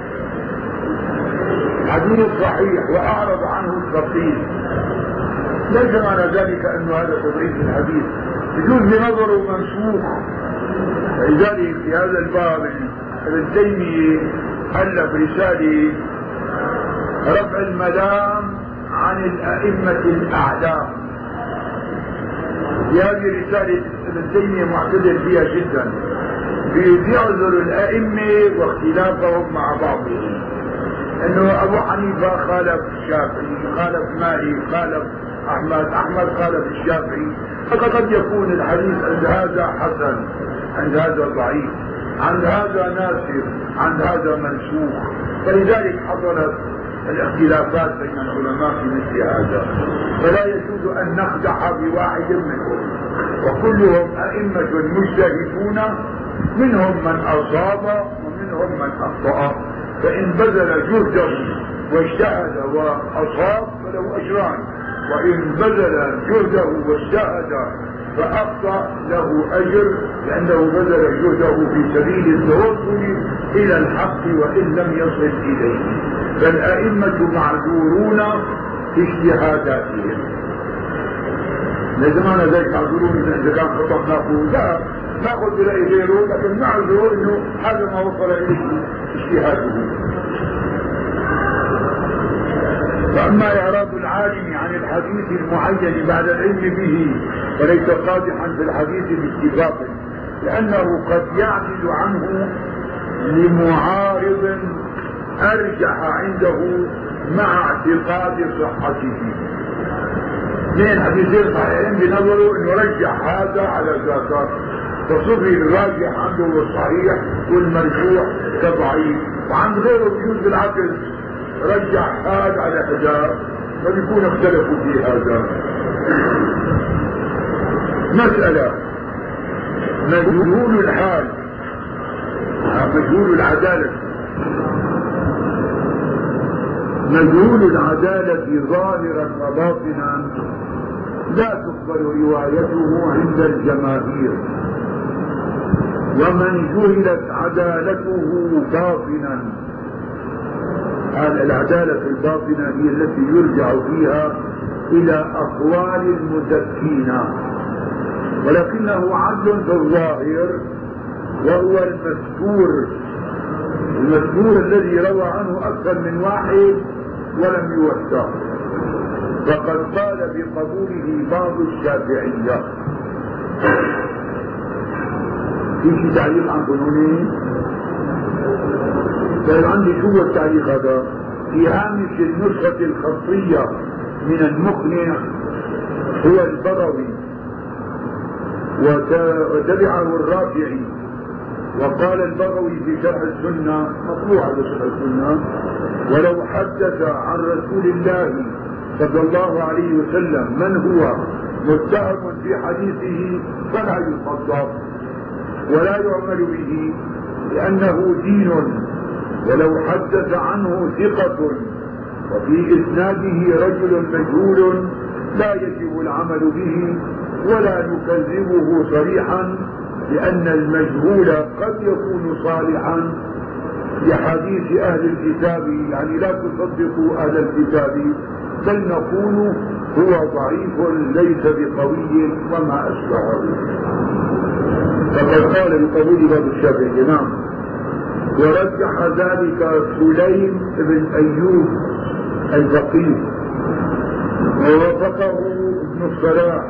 حديث صحيح واعرض عنه الفقيه، ليس معنى ذلك انه هذا تضعيف الحديث، يجوز بنظره منسوخ. لذلك في هذا الباب ابن تيمية ألف رسالة رفع الملام عن الأئمة الأعلام. في هذه الرسالة ابن تيمية معتدل فيها جدا، بيعذر الأئمة واختلافهم مع بعضهم، انه ابو حنيفة خالف الشافعي، خالف مالك، خالف احمد، احمد خالف الشافعي، فقد يكون الحديث عند هذا حسن، عند هذا ضعيف، عند هذا ناسخ، عند هذا منسوخ. فلذلك حصلت الاختلافات بين العلماء في مثل هذا، فلا يجوز ان نخدع بواحد منهم، وكلهم ائمة مجتهدون، منهم من اصاب ومنهم من اخطأ، فان بذل جهده واجتهد واصاب فله اجران، وان بذل جهده واجتهد فاخطأ له اجر، لانه بذل جهده في سبيل التوصل الى الحق وان لم يصل اليه. فالائمة معذورون في اجتهاداتهم. لازم انا ذلك معذورون اذا كان خطأ ناخذ، لا ناخذ برأي غيره، لكن نعذره انه هذا ما وصل اليه اجتهاده. فاما اعراض العالم عن الحديث المعين بعد العلم به فليس قادحا في الحديث باتفاق، لأنه قد يعدل عنه لمعارض أرجح عنده مع اعتقاد صحته. اثنين حديثين صحيحين بنظروا انه رجح هذا على ذاك، فصفي الراجح عنده الصحيح والمرجوح كضعيف، وعند غيره بيجوز بالعكس رجح هذا على هذا، فبيكون اختلفوا في هذا. مسألة مجهول الحال مجهول العدالة مجهول العدالة ظاهرا وباطنا لا تقبل روايته عند الجماهير، ومن جهلت عدالته باطنا، العدالة الباطنة هي التي يرجع فيها إلى أقوال المزكين، ولكنه عدل في الظاهر، وهو المذكور المذكور الذي روى عنه أكثر من واحد ولم يوثق، فقد قال بقبوله بعض الشافعية. في شيء تعليق عن قانوني؟ طيب عندي شو التعليق هذا؟ في هامش النسخة الخطية من المقنع هو البغوي وتبعه الرافعي، وقال البغوي في شرح السنة مطبوع على شرح السنة: ولو حدث عن رسول الله صلى الله عليه وسلم من هو متهم في حديثه فلا يصدق ولا يعمل به لأنه دين، ولو حدث عنه ثقة وفي إسناده رجل مجهول لا يجب العمل به ولا نكذبه صريحا، لأن المجهول قد يكون صالحا لحديث أهل الكتاب، يعني لا تصدقوا أهل الكتاب، بل نقول هو ضعيف ليس بقوي وما أشبهه. فقد قال بقبول باب الشافعي. نعم. ورجح ذلك سليم بن أيوب الفقيه، ووافقه ابن الصلاح،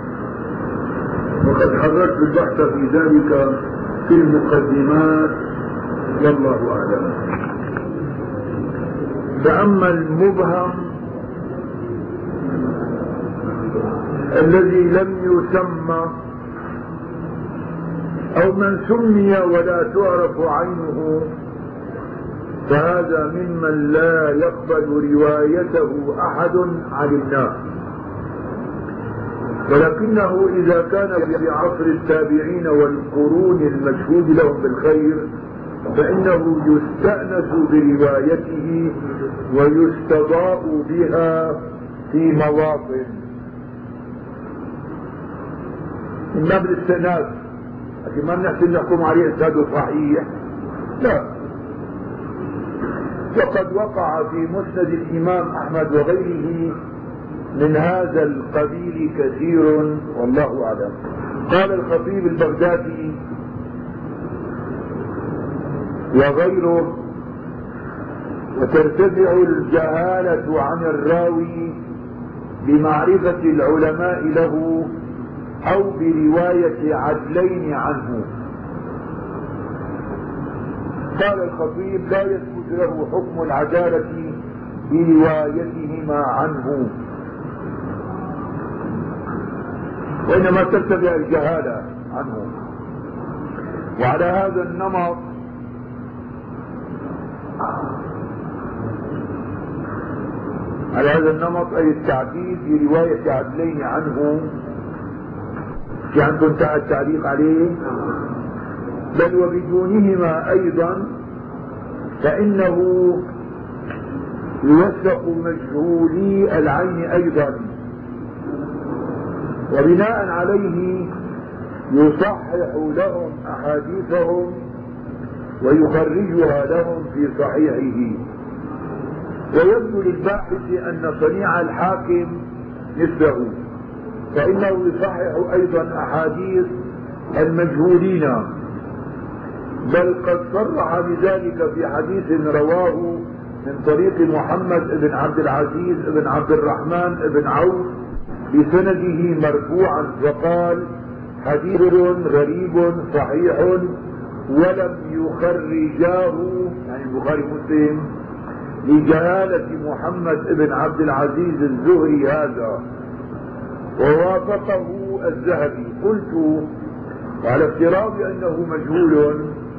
وقد حررت البحث في ذلك في المقدمات، والله أعلم. فأما المبهم الذي لم يسمى أو من سمي ولا تعرف عينه، فهذا ممن لا يقبل روايته أحد علمناه، ولكنه إذا كان في عصر التابعين والقرون المشهود لهم بالخير فإنه يستأنس بروايته ويستضاء بها في مواطن من باب الاستئناس، لكن ما نحسن نحكم عليه إسناده صحيح، لا. وقد وقع في مسند الإمام أحمد وغيره من هذا القبيل كثير، والله أعلم. قال الخطيب البغدادي وغيره: وترتفع الجهالة عن الراوي بمعرفة العلماء له أو برواية عدلين عنه. قال الخطيب: لا يثبت له حكم العدالة بروايتهما عنه، وإنما ترتفع الجهالة عنه. وعلى هذا النمط على هذا النمط أي التعديل برواية عدلين عنه، في عندكم التعليق عليه؟ بل وبدونهما أيضا فإنه يوثق مجهولي العين أيضا، وبناء عليه يصحح لهم أحاديثهم ويخرجها لهم في صحيحه. ويبدو للباحث أن صنيع الحاكم مثله، فإنه يصحح أيضا أحاديث المجهولين، بل قد صرح بذلك في حديث رواه من طريق محمد بن عبد العزيز بن عبد الرحمن بن عوف بسنده مرفوعا، وقال: حديث غريب صحيح ولم يخرجاه يعني البخاري ومسلم لجهالة محمد بن عبد العزيز الزهري هذا، ووافقه الذهبي. قلت على افتراض انه مجهول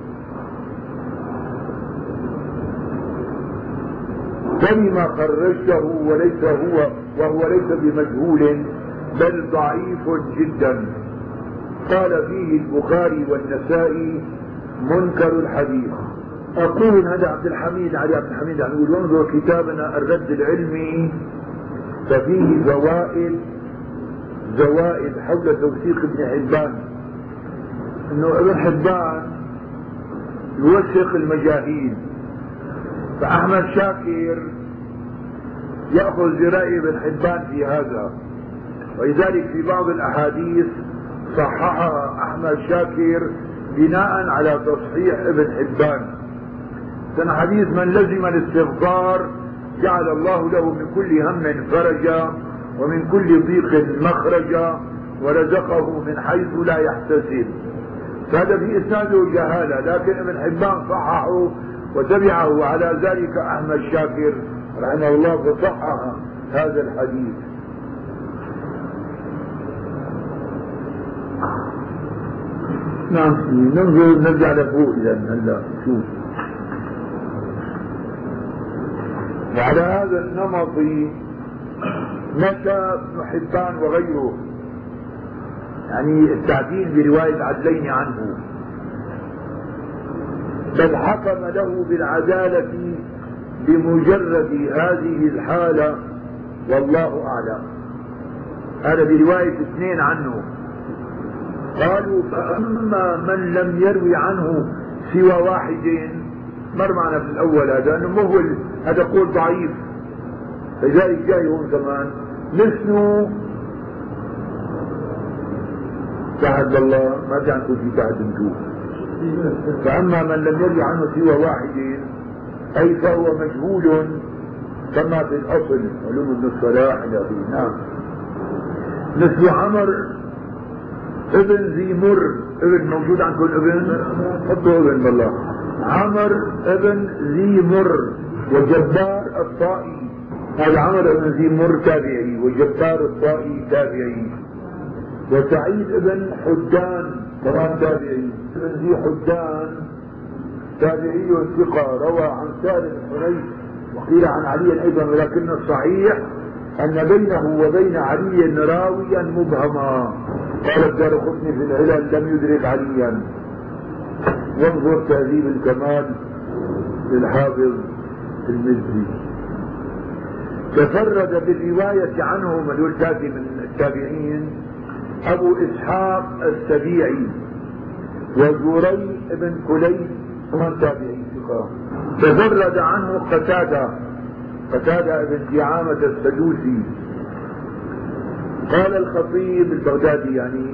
فلما خرجته وليس هو وهو ليس بمجهول بل ضعيف جدا؟ قال فيه البخاري والنسائي منكر الحديث. اقول هذا عبد الحميد علي عبد الحميد عم يقول انظر كتابنا الرد العلمي ففيه زوائد زوائد حول توثيق ابن حبان، انه ابن حبان يوثق المجاهيل، فاحمد شاكر ياخذ برأي ابن حبان في هذا، ولذلك في بعض الاحاديث صححها احمد شاكر بناء على تصحيح ابن حبان. كان حديث من لزم الاستغفار جعل الله له من كل هم فرجا ومن كل ضيق مخرجا ورزقه من حيث لا يحتسب. فهذا في اسناده جهاله، لكن ابن حبان صححه وتبعه على ذلك احمد شاكر رحمه الله فصحح هذا الحديث. نعم ننظر نرجع لفوق اذا هلا شوف. وعلى هذا النمط مشى ابن حبان وغيره، يعني التعديل برواية عدلين عنه، بل حكم له بالعدالة بمجرد هذه الحالة والله أعلم. هذا برواية اثنين عنه. قالوا فأما من لم يروي عنه سوى واحد، مر معنا في الأول هذا أنه مهول، هذا قول ضعيف، لذلك جاي هون كمان مثل تعد الله ما كان في تعد نشوف. فأما من لم يروي عنه سوى واحد أي فهو مجهول كما في الأصل علوم ابن الصلاح إلى آخره. نعم مثل عمر ابن ذي مر، ابن موجود عندكم ابن؟ حطوا ابن بالله. عمر ابن ذي مر وجبار الطائي، هذا عمر ابن ذي مر تابعي وجبار الطائي تابعي. وسعيد ابن حدان كمان تابعي. ابن ذي حدان تابعي ثقة روى عن سالم بن حنيف وقيل عن علي ايضا، ولكن الصحيح ان بينه وبين علي راويا مبهما. قال الدارقطني في العلل لم يدرك عليا. وانظر تهذيب الكمال للحافظ المزي. تفرد بالرواية عنه من يلتقي من التابعين ابو اسحاق السبيعي وزوري بن كليب من تابعي ثقة. تفرد عنه قتادة قتادة بن دعامة السدوسي. قال الخطيب البغدادي يعني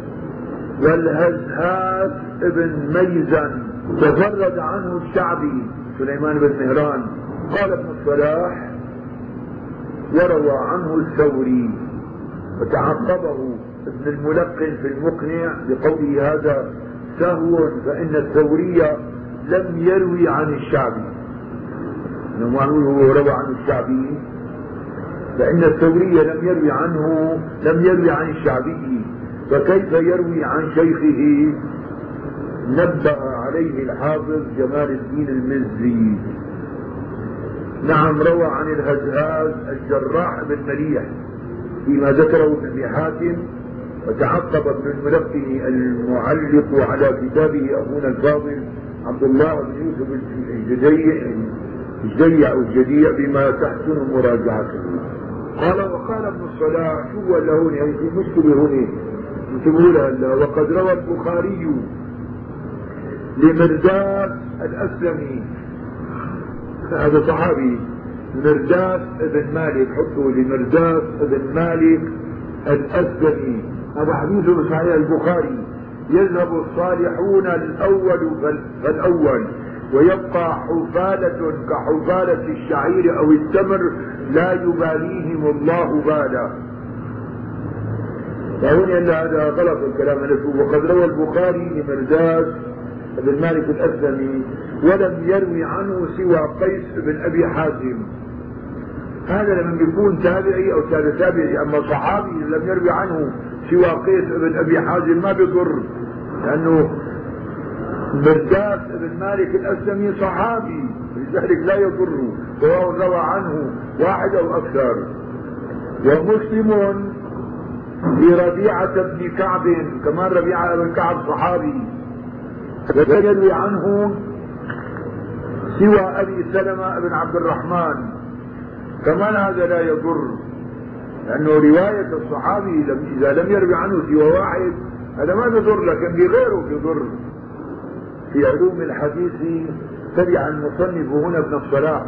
والهزهاز ابن ميزن تفرد عنه الشعبي سليمان بن مهران. قال ابن الصلاح وروى عنه الثوري، وتعقبه ابن الملقن في المقنع بقوله هذا سهو فإن الثوري لم يروي عن الشعبي. لما هو روى عن الشعبي فإن الثوري لم يروي عنه لم يروي عن الشعبي، فكيف يروي عن شيخه؟ نبه عليه الحافظ جمال الدين المزي. نعم روى عن الهزهاز الجراح بن مليح فيما ذكره ابن ابي حاتم، وتعقب ابن الملقن المعلق على كتابه ابونا الفاضل عبد الله بن يوسف الجديع الجديع او الجديع بما تحسن مراجعته. قال وقال ابن الصلاح شو ولا هون يعني في مشكله هون انتبهوا لها. وقد روى البخاري لمرداس الاسلمي، هذا صحابي مرداس ابن مالك، حطوا لمرداس ابن مالك الاسلمي، هذا حديث صحيح البخاري. يذهب الصالحون الاول فالاول ويبقى حفالة كحفالة الشعير او التمر لا يباليهم الله بالا. فهون أن هذا غلط الكلام نفسه. وقد روى البخاري لمرداس بن مالك الأسلمي ولم يروي عنه سوى قيس بن أبي حازم. هذا لما بيكون تابعي أو تابعي، أما صحابي لم يروي عنه سوى قيس بن أبي حازم ما بيضر، لأنه مرداس بن مالك الأسلمي صحابي لذلك لا يضر، سواء روى عنه واحد أو أكثر. ومسلم لربيعة بن كعب، كمان ربيعة بن كعب صحابي لا يروي عنه سوى أبي سلمة بن عبد الرحمن، كمان هذا لا يضر، لأنه رواية الصحابي إذا لم يروي عنه سوى واحد هذا ما يضر، لكن بغيره يضر. في علوم الحديث تبع المصنف هنا ابن الصلاح،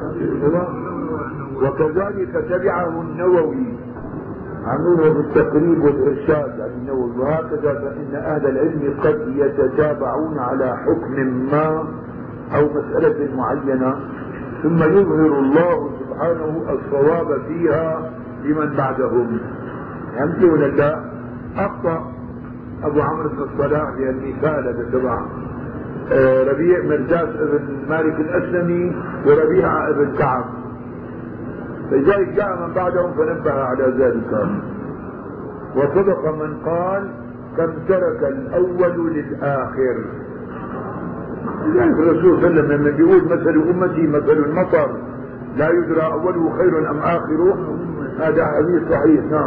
وكذلك تبعه النووي عمله بالتقريب والإرشاد عن النووي. وهكذا فإن أهل العلم قد يتتابعون على حكم ما أو مسألة معينة، ثم يظهر الله سبحانه الصواب فيها لمن بعدهم. يمكن ولا لا؟ أخطأ أبو عمرو بن الصلاح للمثال هذا تبع ربيع مرداس بن مالك الأسلمي وربيعة بن كعب، فلذلك جاء من بعدهم فنبه على ذلك. وصدق من قال كم ترك الأول للآخر. لذلك الرسول صلى الله عليه وسلم لما بيقول مثل أمتي مثل المطر لا يدرى أوله خير أم آخره، هذا حديث صحيح. نعم.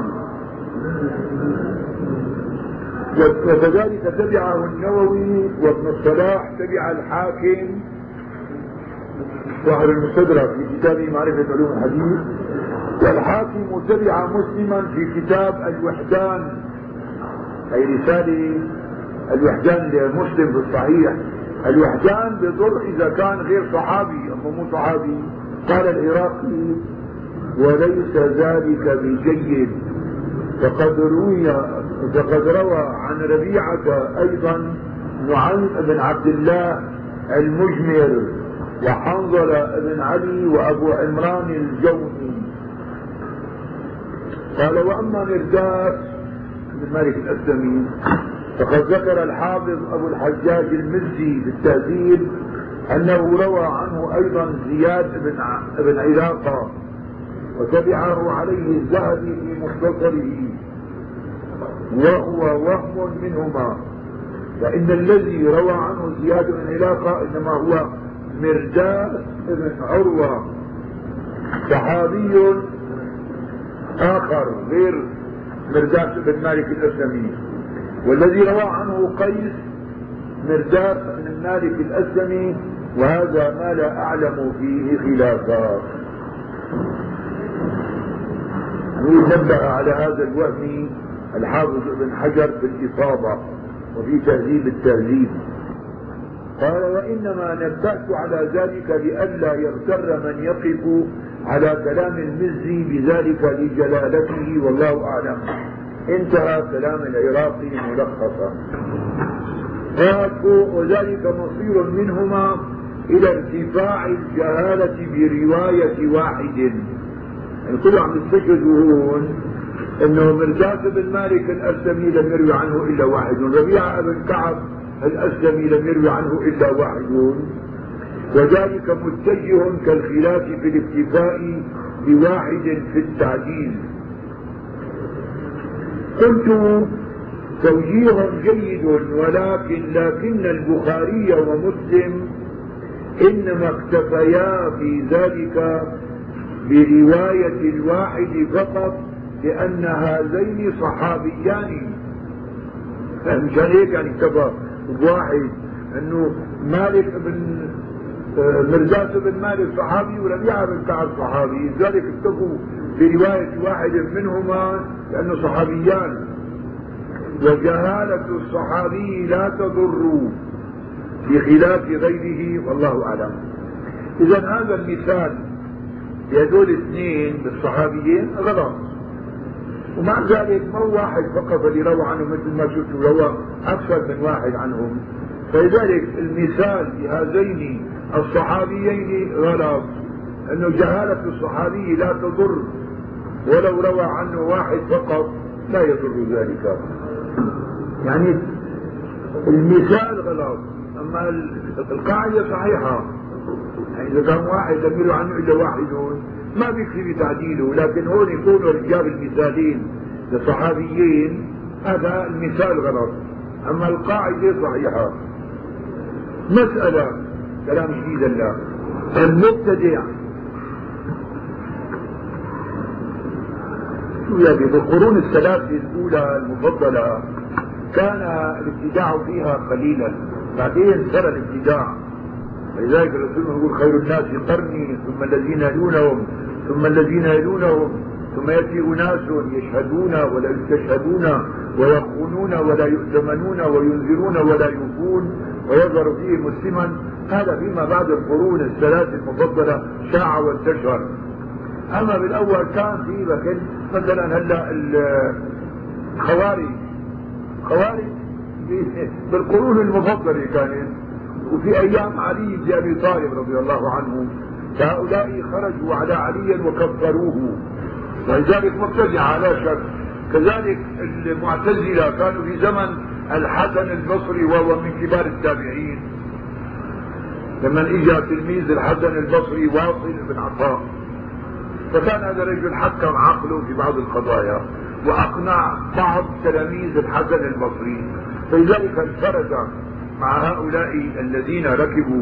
وكذلك تبعه النووي وابن الصلاح، تبع الحاكم صاحب المستدرك في كتابه معرفة علوم الحديث، والحاكم تبع مسلما في كتاب الوحدان، أي رسالة الوحدان لمسلم في الصحيح. الوحدان بضر إذا كان غير صحابي، أما مو صحابي. قال العراقي وليس ذلك بجيد، فقد روي فقد روى عن ربيعة أيضا نعيم بن عبد الله المجمر وحنظلة بن علي وأبو عمران الجوني. قال وأما مرداس بن مالك الأسلمي فقد ذكر الحافظ أبو الحجاج المزي بالتهذيب أنه روى عنه أيضا زياد بن علاقة، وتبعه عليه الذهبي في مختصره، وهو وهم منهما، فإن الذي روى عنه زياد بن علاقة إنما هو مرداس بن عروة صحابي آخر غير مرداس بن مالك الأسلمي. والذي روى عنه قيس مرداس بن مالك الأسلمي، وهذا ما لا أعلم فيه خلافا. نبه على هذا الوهم الحافظ ابن حجر في الإصابة وفي تهذيب التهذيب. قال وإنما نبهت على ذلك لئلا يغتر من يقف على كلام المزي بذلك لجلالته، والله أعلم. انتهى كلام العراقي ملخصا. وذلك مصير منهما إلى ارتفاع الجهالة برواية واحد. يعني كله عم يستشهدوا هون انه مرداس بن مالك الاسلمي لم يروي عنه الا واحد، ربيعة بن كعب الاسلمي لم يروي عنه الا واحد، وذلك متجه كالخلاف في الاكتفاء بواحد في التعديل. قلت توجيه جيد، ولكن لكن البخاري ومسلم انما اكتفيا في ذلك برواية الواحد فقط، لأن هذين صحابيان. مشان هيك يعني اكتفى بواحد، انه مالك بن مرداس بن مالك صحابي وربيعة بن كعب صحابي، لذلك اكتفوا برواية واحد منهما لأنه صحابيان. وجهالة الصحابي لا تضر بخلاف غيره، والله أعلم. إذا هذا المثال بهذول الاثنين بالصحابيين غلط، ومع ذلك ما هو واحد فقط اللي روى عنه، مثل ما شفتوا روى أكثر من واحد عنهم. فلذلك المثال بهذين الصحابيين غلط، أنه جهالة الصحابي لا تضر، ولو روى عنه واحد فقط لا يضر ذلك. يعني المثال غلط، اما القاعدة صحيحة. يعني اذا كان واحد يدمر عنه الا واحد ما بيكفي بتعديله، لكن هون يكونوا رجال المثالين لصحابيين هذا المثال غلط، اما القاعدة صحيحة. مسألة كلام جديد الله. المبتدع شو يعني بالقرون الثلاثة الأولى المفضلة كان الابتداع فيها قليلا، بعدين سرى الابتداع. ولذلك الرسول يقول خير الناس قرني ثم الذين يلونهم ثم الذين يلونهم ثم يأتي أناس يشهدون ولا يستشهدون ويخونون ولا يؤتمنون وينذرون ولا يوفون ويظهر فيه مسلما. هذا فيما بعد القرون الثلاث المفضلة شاع وانتشر. أما بالأول كان في لكن مثلا هلا الخوارج خوارج بالقرون المفضلة كانت، وفي أيام علي بن أبي طالب رضي الله عنه هؤلاء خرجوا على علي وكفروه، ولذلك مبتدع لا شك. كذلك المعتزلة كانوا في زمن الحسن البصري وهو من كبار التابعين، لما اجى تلميذ الحسن البصري واصل بن عطاء، فكان هذا الرجل حكم عقله في بعض القضايا واقنع بعض تلاميذ الحسن البصري، فلذلك انفرد مع هؤلاء الذين ركبوا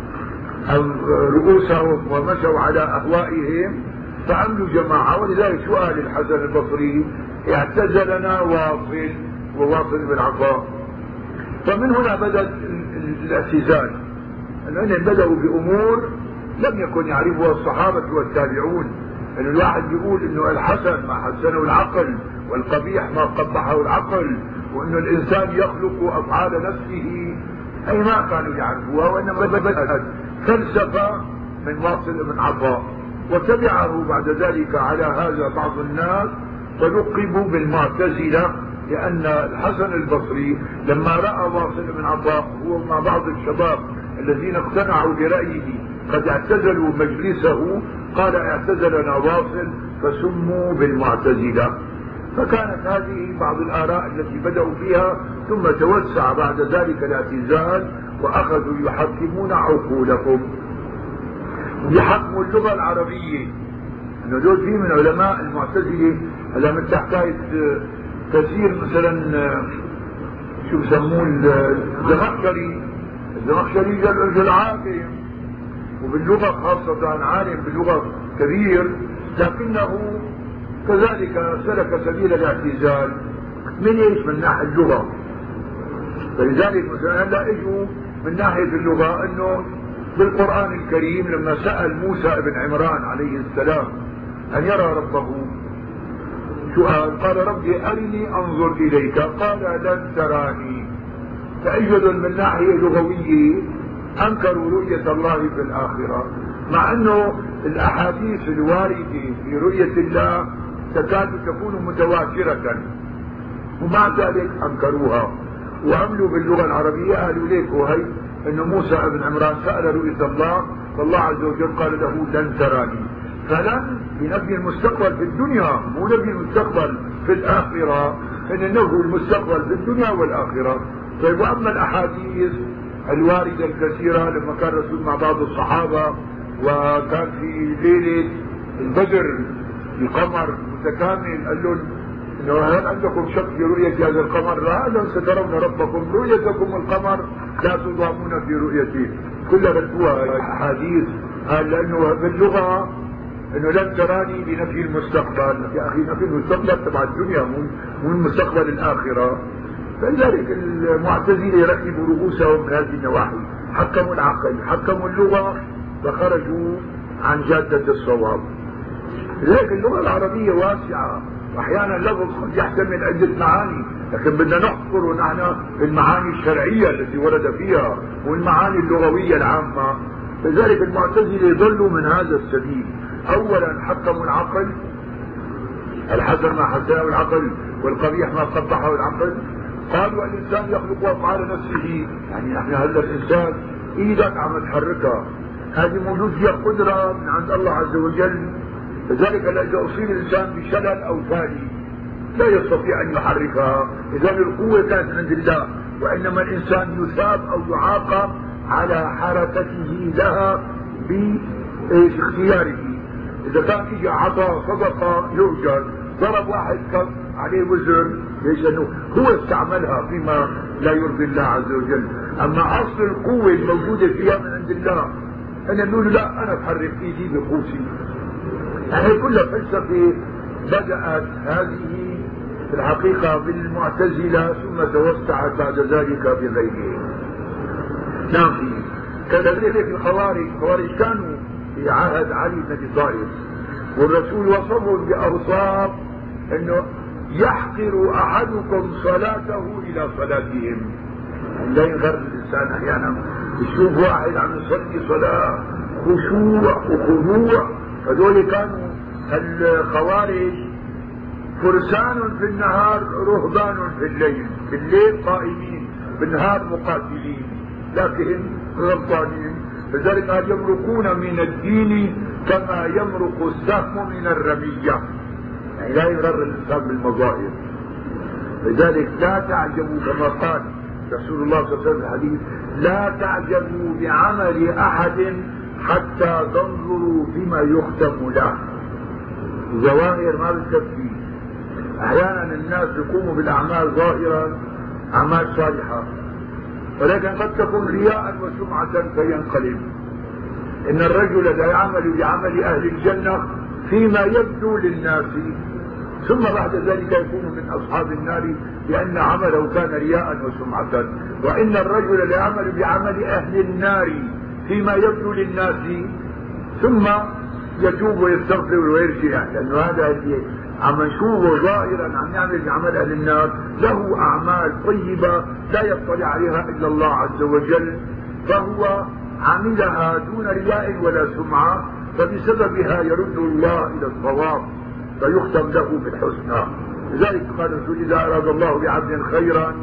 رؤوسهم ومشوا على اهوائهم فعملوا جماعة. ولذلك سؤال الحسن البصري اعتزلنا واصل وواصل بن عطاء. فمن هنا بدأ الاعتزال، لأنهم بدأوا بأمور لم يكن يعرفها الصحابة والتابعون. أن الواحد يقول أنه الحسن ما حسنه العقل والقبيح ما قبحه العقل، وأنه الإنسان يخلق أفعال نفسه، أي ما كانوا يعرفوها، وإنما بدأت فلسفة من واصل بن عطاء. وتبعه بعد ذلك على هذا بعض الناس فلقبوا بالمعتزلة، لأن الحسن البصري لما رأى واصل بن عطاء هو مع بعض الشباب الذين اقتنعوا برأيه قد اعتزلوا مجلسه قال اعتزلنا واصل فسموا بالمعتزلة. فكانت هذه بعض الآراء التي بدأوا فيها، ثم توسع بعد ذلك الاعتزال وأخذوا يحكمون عقولهم بحكم اللغة العربية. انه دول في من علماء المعتزلة هذا من حكاية كثير مثلا شو بسموه الزمخشري. الزمخشري رجل عالم وباللغة خاصة عالم باللغة كبير، لكنه كذلك سلك سبيل الاعتزال من ايش؟ من ناحية اللغة. فلذلك مثلا هلا اجوا من ناحية اللغة انه بالقرآن الكريم لما سأل موسى بن عمران عليه السلام أن يرى ربه سؤال، قال ربي أرني أنظر إليك، قال لن تراني. فأجد من ناحية لغوية أنكروا رؤية الله في الآخرة، مع أنه الأحاديث الواردة في رؤية الله تكاد تكون متواترة، ومع ذلك أنكروها وعملوا باللغة العربية. قالوا ليك وهي أن موسى بن عمران سأل رؤية الله فالله عز وجل قال له لن تراني. فلن بنفي المستقبل في الدنيا، مو نفي المستقبل في الآخرة، إن النفي المستقبل في الدنيا والآخرة. طيب وأما الأحاديث الواردة الكثيرة لما كان الرسول مع بعض الصحابة وكان في ليلة البدر القمر متكامل قال لهم إنه هل عندكم شك في رؤية هذا القمر؟ لا، لن سترون ربكم، رؤيتكم القمر لا تضامون في رؤيته. كلها بدوها أحاديث. قال لأنه باللغة إنه لن تراني بنفي المستقبل. يا أخي نفي المستقبل تبع الدنيا مو المستقبل الآخرة. فلذلك المعتزلة يركبوا رؤوسهم من هذه النواحي، حكموا العقل حكموا اللغة فخرجوا عن جادة الصواب. لذلك اللغة العربية واسعة، واحيانا اللفظ قد يحتمل عدة معاني، لكن بدنا نحصر نحن المعاني الشرعية التي ورد فيها والمعاني اللغوية العامة. لذلك المعتزلة يضلوا من هذا السبيل. اولا حكموا العقل، الحسن ما حسنه العقل والقبيح ما قبحه العقل. قالوا الانسان يخلق افعال نفسه، يعني نحن هلا الانسان ايدك عم تحركها هذه موجود فيها قدرة من عند الله عز وجل. لذلك اذا اصيب الانسان بشلل او ثاني لا يستطيع أن يحركها. إذا القوة كانت عند الله، وإنما الإنسان يثاب أو يعاقب على حركته لها باختياره. إذا كان إجا عطى صدقة يؤجر، ضرب واحد كف عليه وزر، ليش؟ لأنه هو استعملها فيما لا يرضي الله عز وجل. أما أصل القوة الموجودة فيها من عند الله، أنا نقول لا أنا بحرك إيدي بقوتي. يعني كل فلسفة بدأت هذه في الحقيقة بالمعتزلة ثم توسعت بعد ذلك بغيرهم. نعم. فيه كذلك الخوارج، الخوارج كانوا في عهد علي بن ابي طالب، والرسول وصفهم باوصاف انه يحقر احدكم صلاته الى صلاتهم. لا يغر الانسان احيانا يشوف واحد عم يصلي صلاه خشوع وخضوع. هذول كانوا الخوارج فرسان في النهار رهبان في الليل، في الليل قائمين بالنهار مقاتلين، لكن غلطانين. لذلك يمرقون من الدين كما يمرق السهم من الرمية. يعني لا يغرر الانسان بالمظاهر. لذلك لا تعجبوا كما قال رسول الله صلى الله عليه وسلم في الحديث: لا تعجبوا بعمل احد حتى تنظروا بما يختم له. الظواهر ما بتكفي. احيانا الناس يقوموا بالاعمال ظاهرا، اعمال صالحه، ولكن قد تكون رياء وسمعة فينقلب. إن الرجل لا يعمل بعمل أهل الجنة فيما يبدو للناس، ثم بعد ذلك يكون من أصحاب النار لأن عمله كان رياء وسمعة. وإن الرجل لا يعمل بعمل أهل النار فيما يبدو للناس ثم يتوب ويستغفر ويرجع، لأنه هذا عم نشوفه ظاهرا عم يعمل بعمل اهل النار، له اعمال طيبه لا يطلع عليها الا الله عز وجل، فهو عملها دون رياء ولا سمعه، فبسببها يرد الله الى الصواب فيختم له بالحسنى. لذلك قال رسول الله: اراد الله بعبد خيرا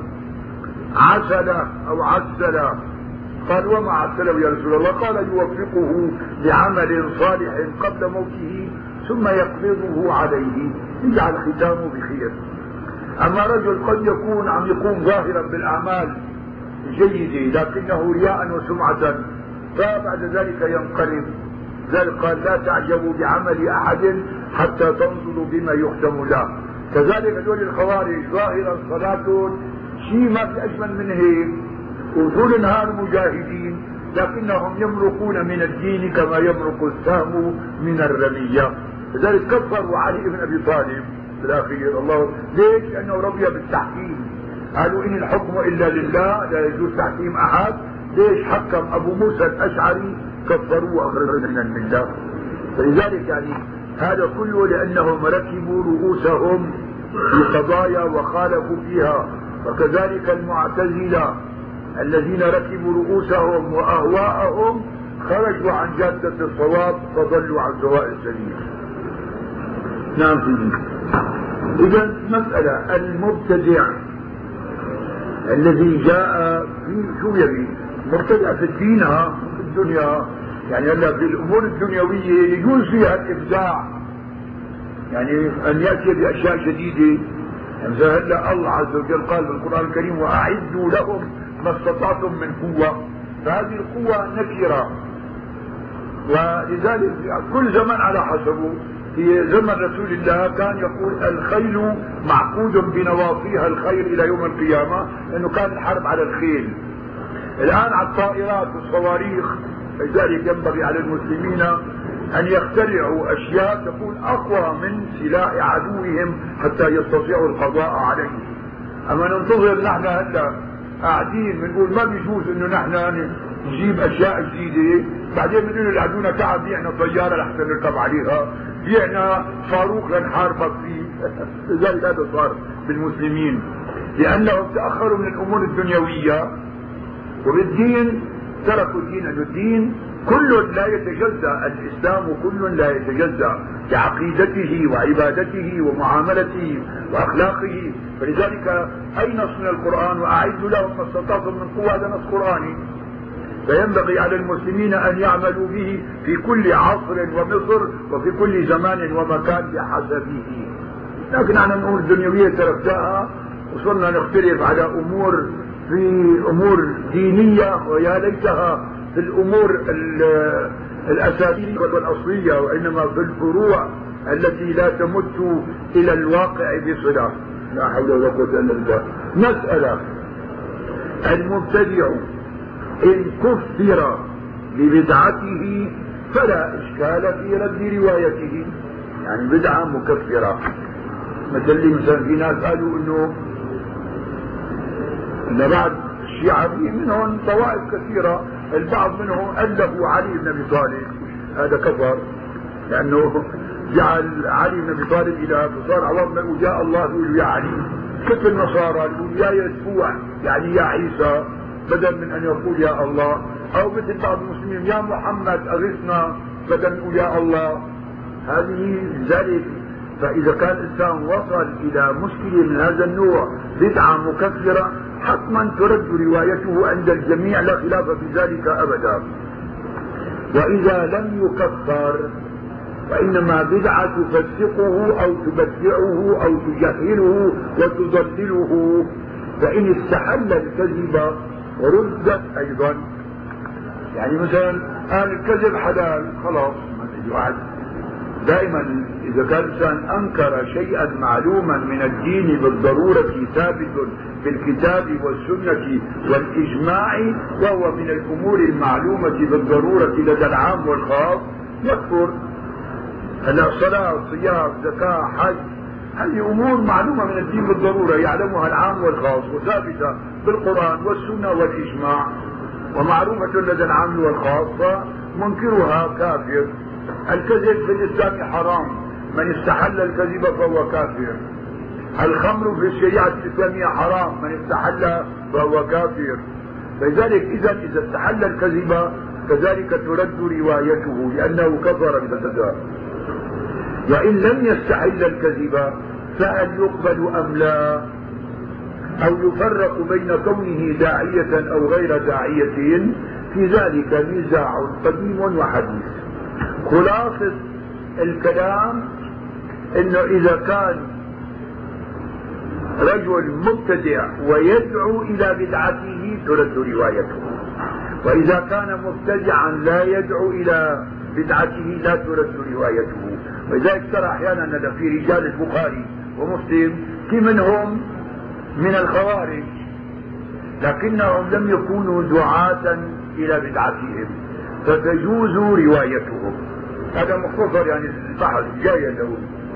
عسله او عسله. قال: وما عسله يا رسول الله؟ قال: يوفقه لعمل صالح قبل موته ثم يقبضه عليه يجعل ختامه بخير. اما رجل قد يكون عم يقوم ظاهرا بالاعمال جيده لكنه رياء وسمعه، فبعد ذلك ينقلب. ذلك قال: لا تعجبوا بعمل احد حتى تنظروا بما يختم له. كذلك هذول الخوارج ظاهرا صلاه شيء ما في اجمل من هيك، وطول النهار مجاهدين، لكنهم يمرقون من الدين كما يمرق السهم من الرمية. لذلك كفروا علي بن ابي طالب في الاخير. الله ليش؟ لانه رضي بالتحكيم. قالوا: ان الحكم الا لله، لا يجوز تحكيم احد. ليش حكم ابو موسى الاشعري؟ كفروه واخرجوه من المله. فلذلك يعني هذا كله لانهم ركبوا رؤوسهم في قضايا وخالفوا فيها. وكذلك المعتزله الذين ركبوا رؤوسهم واهواءهم خرجوا عن جادة الصواب فضلوا عن سواء السبيل. نعم. فيه اذا مسألة المبتدع الذي جاء في شو يبي؟ مبتدع في الدين، في الدنيا، يعني هلا في الامور الدنيوية يجوز فيها الابداع، يعني ان ياتي باشياء جديدة. يعني هلا الله عز وجل قال في القرآن الكريم: واعدوا لهم ما استطعتم من قوة. فهذه القوة نكرة، ولذلك كل زمن على حسبه. في زمن رسول الله كان يقول: الخيل معقود بنواصيها الخير الى يوم القيامة، لانه كان الحرب على الخيل. الان على الطائرات والصواريخ. لذلك ينبغي على المسلمين ان يخترعوا اشياء تكون اقوى من سلاح عدوهم حتى يستطيعوا القضاء عليه. اما ننتظر نحن هلا قاعدين بنقول ما بيجوز انه نحن نجيب اشياء جديده، بعدين بنقول لعدونا تعال بيعنا طياره لحتى نركب عليها، بيعنا صاروخ لنحاربك فيه. لذلك هذا صار بالمسلمين، لانهم تاخروا من الامور الدنيويه وبالدين تركوا الدين. انه الدين كل لا يتجزا، الاسلام كل لا يتجزا بعقيدته وعبادته ومعاملته واخلاقه. فلذلك اي نص من القران: واعدوا لهم ما استطعتم من قوه، هذا نص قراني. فينبغي على المسلمين ان يعملوا به في كل عصر ومصر وفي كل زمان ومكان بحسبه. لكن احنا نقول الدنيوية تركتها وصرنا نختلف على امور في امور دينية، ويا ليتها في الامور الاساسية والاصلية، وانما في الفروع التي لا تمت الى الواقع بصلة. لا حول ولا قوة الا بالله. مسألة: المبتدع ان كفر ببدعته فلا اشكال في رد روايته. يعني بدعة مكفرة، مثل اللي مثلا في ناس قالوا انه ان بعد الشيعة منهم طوائف كثيرة، البعض منهم ألفوا علي بن ابي طالب، هذا كفر لانه جعل علي بن ابي طالب الى فصار عوام يقول يا الله يقول يا علي، كيف النصارى يقول يا يسوع يعني يا عيسى بدل من ان يقول يا الله، او مثل بعض المسلمين يا محمد اغثنا بدل من يقول يا الله. هذه ذلك. فاذا كان الانسان وصل الى مشكله من هذا النوع بدعه مكفره حتما ترد روايته عند الجميع، لا خلاف في ذلك ابدا. واذا لم يكفر فإنما بدعة تفسقه أو تبدعه أو تجهله وتضلله، فإن استحل الكذب ردت أيضا. يعني مثلا قال الكذب حلال خلاص ما تجي واحد. دائما إذا كان الإنسان أنكر شيئا معلوما من الدين بالضرورة ثابت في الكتاب والسنة والإجماع، وهو من الأمور المعلومة بالضرورة لدى العام والخاص، يكفر. هلا صلاة، صيام، زكاة، حج، هذه أمور معلومة من الدين بالضرورة يعلمها العام والخاص وثابتة بالقرآن والسنة والإجماع ومعروفة لدى العام والخاص، منكرها كافر. الكذب في الإسلام حرام، من استحل الكذب فهو كافر. الخمر في الشريعة الإسلامية حرام، من استحل فهو كافر. فلذلك إذا إذا استحل الكذب كذلك ترد روايته لأنه كفر بالكذب. وإن لم يستحل الكذب فهل يقبل أم لا، أو يفرق بين كونه داعية أو غير داعية، في ذلك نزاع قديم وحديث. خلاصة الكلام انه اذا كان رجل مبتدع ويدعو الى بدعته ترد روايته، واذا كان مبتدعا لا يدعو الى بدعته لا ترد روايته. ولذلك ترى احيانا ان في رجال البخاري ومسلم في منهم من الخوارج لكنهم لم يكونوا دعاة الى بدعتهم فتجوز روايتهم. هذا مختصر يعني البحث جاي له.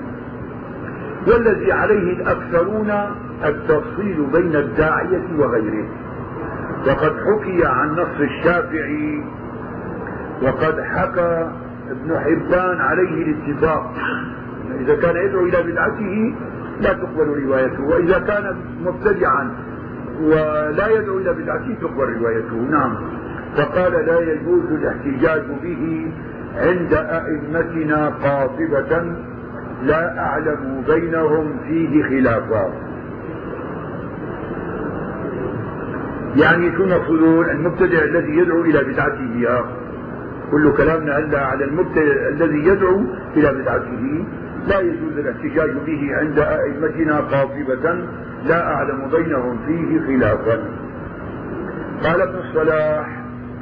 والذي عليه الأكثرون التفصيل بين الداعية وغيره، وقد حكي عن نص الشافعي وقد حكى ابن حبان عليه الاتفاق، إذا كان يدعو إلى بدعته لا تقبل روايته، وإذا كان مبتدعا ولا يدعو إلى بدعته تقبل روايته. نعم. فقال لا يجوز الاحتجاج به عند أئمتنا قاطبة لا أعلم بينهم فيه خلافا. يعني شو نقصدون؟ المبتدع الذي يدعو إلى بدعته، كل كلامنا هلا على المبتدع الذي يدعو إلى بدعته لا يجوز الاحتجاج به عند أئمتنا قاطبة لا أعلم بينهم فيه خلافا. قال ابن الصلاح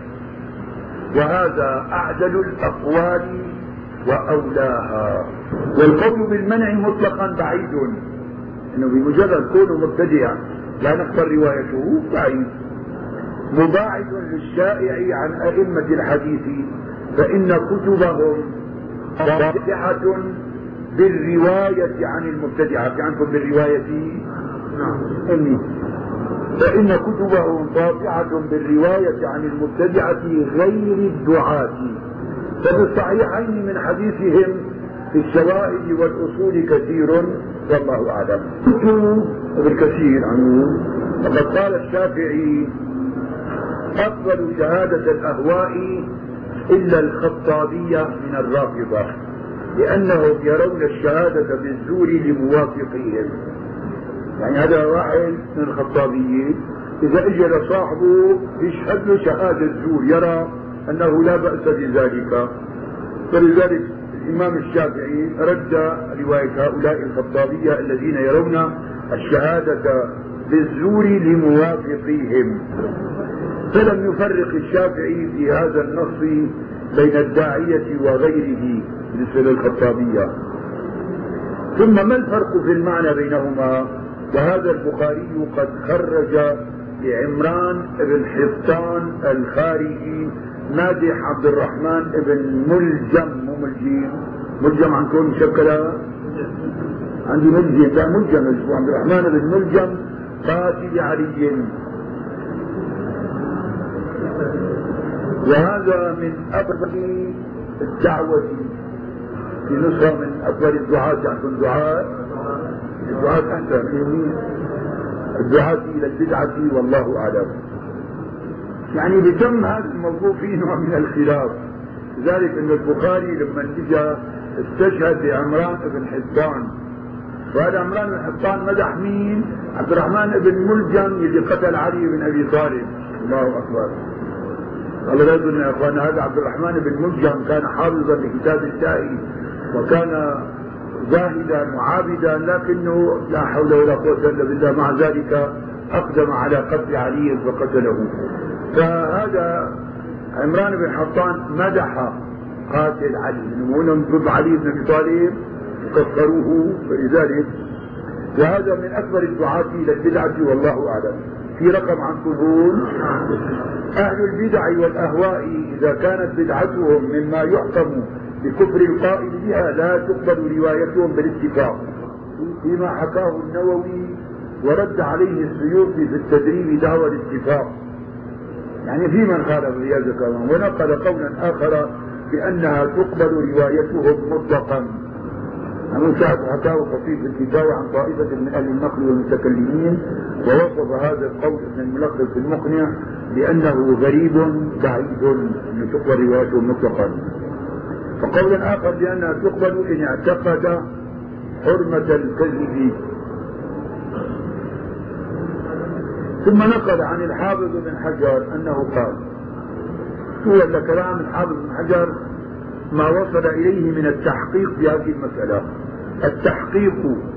وهذا أعدل الأقوال وأولاها. والقول بالمنع مطلقا بعيد، انه بمجرد كونه مبتدعا لا نقبل روايته بعيد. مباعد للشائع عن أئمة الحديث فإن كتبهم واضحة بالرواية عن المبتدعة. عنكم بالرواية؟ نعم. فإن كتبهم واضحة بالرواية عن المبتدعة غير الدعاة. ففي الصحيحين من حديثهم في الشواهد والأصول كثير والله أعلم. بالكثير عنه. وقد قال الشافعي أفضل شهادة الأهواء إلا الخطابية من الرافضة، لأنهم يرون الشهادة بالزور لموافقيهم. يعني هذا واحد من الخطابيين إذا اجى لصاحبه يشهد له شهادة زور يرى أنه لا بأس بذلك، فلذلك الإمام الشافعي رد رواية هؤلاء الخطابية الذين يرون الشهادة بالزور لموافقيهم، فلم يفرق الشافعي في هذا النص بين الداعية وغيره بالنسبة للخطابية. ثم ما الفرق في المعنى بينهما؟ وهذا البخاري قد خرج لعمران بن حطان الخارجي مادح عبد الرحمن بن ملجم، مو ملجيم، ملجم عندكم مشكلة؟ عندي ملجم، لا ملجم، عبد الرحمن بن ملجم قاتل علي. وهذا من أفضل الدعوة في نسخة من أفضل الدعاة، عندكم دعاة الدعاة أنت الدعاة إلى البدعة والله أعلم. يعني بتم هذا الموضوع فيه نوع من الخلاف، لذلك أن البخاري لما اجى استشهد بعمران بن حطان، وهذا عمران بن حطان مدح مين؟ عبد الرحمن بن ملجم اللي قتل علي بن أبي طالب. الله أكبر. قال رجل يا أخوان هذا عبد الرحمن بن ملجم كان حافظا لكتاب الله وكان زاهدا وعابدا، لكنه لا حول ولا قوة إلا بالله مع ذلك أقدم على قتل علي فقتله. فهذا عمران بن حطان مدح قاتل علي، هنا ضد علي بن ابي طالب وكفروه، فلذلك وهذا من اكبر الدعاة الى البدعة والله اعلم. في رقم عن هون اهل البدع والاهواء اذا كانت بدعتهم مما يحكم بكفر القائل بها لا تقبل روايتهم بالاتفاق، فيما حكاه النووي ورد عليه السيوطي في التدريب دعوى الاتفاق. يعني في من خالف رياض كمان ونقل قولا اخر بانها تقبل روايتهم مطلقا. أنا ساعد حكاه خفيف الكتاب عن طائفة من اهل النقل والمتكلمين، ووصف هذا القول ابن الملخص المقنع بانه غريب بعيد ان تقبل روايتهم مطلقا. فقولا اخر بانها تقبل ان اعتقد حرمة الكذب. ثم نقل عن الحافظ بن حجر انه قال، هو كلام الحافظ بن حجر ما وصل اليه من التحقيق في هذه المسألة. التحقيق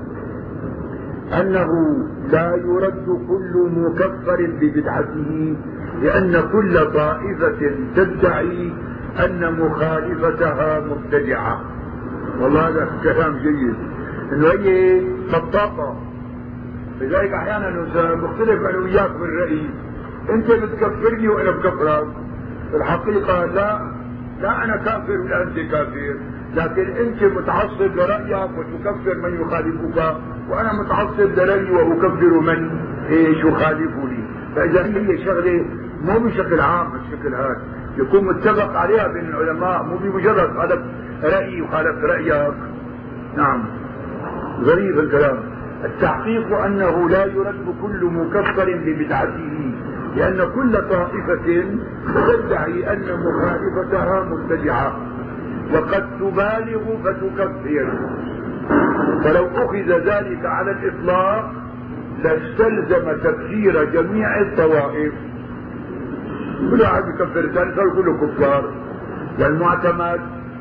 انه لا يرد كل مكفر ببدعته، لان كل طائفة تدعي ان مخالفتها مبتدعة. والله هذا كلام جيد، انه هي بطاقة. لذلك احيانا بختلف انا وياك بالرأي، انت بتكفرني وانا بكفرك. في الحقيقة لا لا انا كافر ولا انت كافر، لكن انت متعصب لرأيك وتكفر من يخالفك، وانا متعصب لرأيي واكفر من ايش يخالفني. فاذا هي شغلة مو بشكل عام، بشكل هذا يكون متفق عليها بين العلماء، مو بمجرد خالف رأيي وخالف رأيك. نعم غريب الكلام. التحقيق انه لا يرد كل مكفر ببدعته، لان كل طائفة تدعي ان مخالفتها مبتدعة، وقد تبالغ فتكفر. فلو اخذ ذلك على الاطلاق لاستلزم تكفير جميع الطوائف، كل واحد يكفر ثالثة وكله كفار. والمعتمد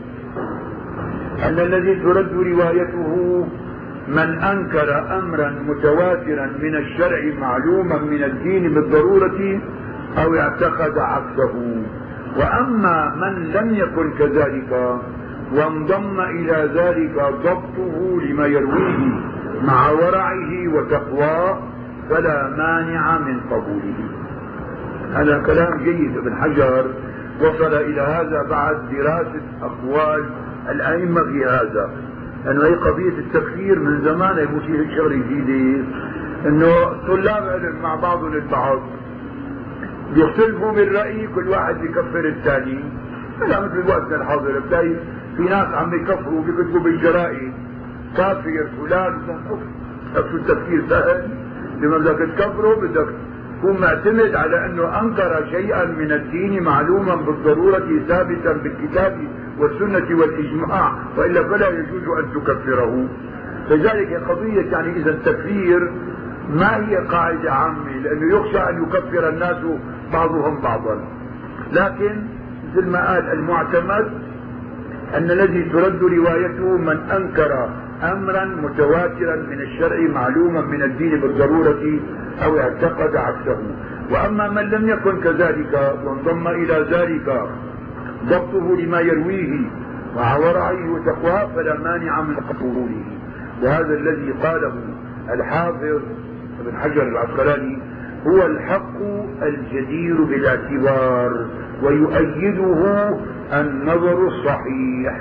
ان الذي ترد روايته من انكر امرا متواترا من الشرع معلوما من الدين بالضرورة او اعتقد عكسه. واما من لم يكن كذلك وانضم الى ذلك ضبطه لما يرويه مع ورعه وتقواه فلا مانع من قبوله. هذا كلام جيد. ابن حجر وصل الى هذا بعد دراسة اقوال الائمة في هذا، انه هي قضية التكفير من زمان هي مش شغلة جديدة، انه طلاب علم مع بعضهم البعض بيختلفوا بالرأي، كل واحد بيكفر الثاني. هذا مثل وقتنا الحاضر، بتلاقي في ناس عم يكفروا بيكتبوا بالجرائد كافر فلان. شو التفكير سهل؟ لما بدك تكفره بدك تكون معتمد على انه انكر شيئا من الدين معلوما بالضرورة ثابتا بالكتاب والسنة والاجماع، والا فلا يجوز ان تكفره. لذلك قضية يعني اذا التكفير ما هي قاعدة عامة، لانه يخشى ان يكفر الناس بعضهم بعضا. لكن مثل ما قال المعتمد أن الذي ترد روايته من أنكر أمرا متواترا من الشرع معلوما من الدين بالضرورة أو اعتقد عكسه. وأما من لم يكن كذلك وانضم إلى ذلك ضبطه لما يرويه مع ورعه وتقواه فلا مانع من قبوله. وهذا الذي قاله الحافظ ابن حجر العسقلاني هو الحق الجدير بالاعتبار ويؤيده النظر الصحيح.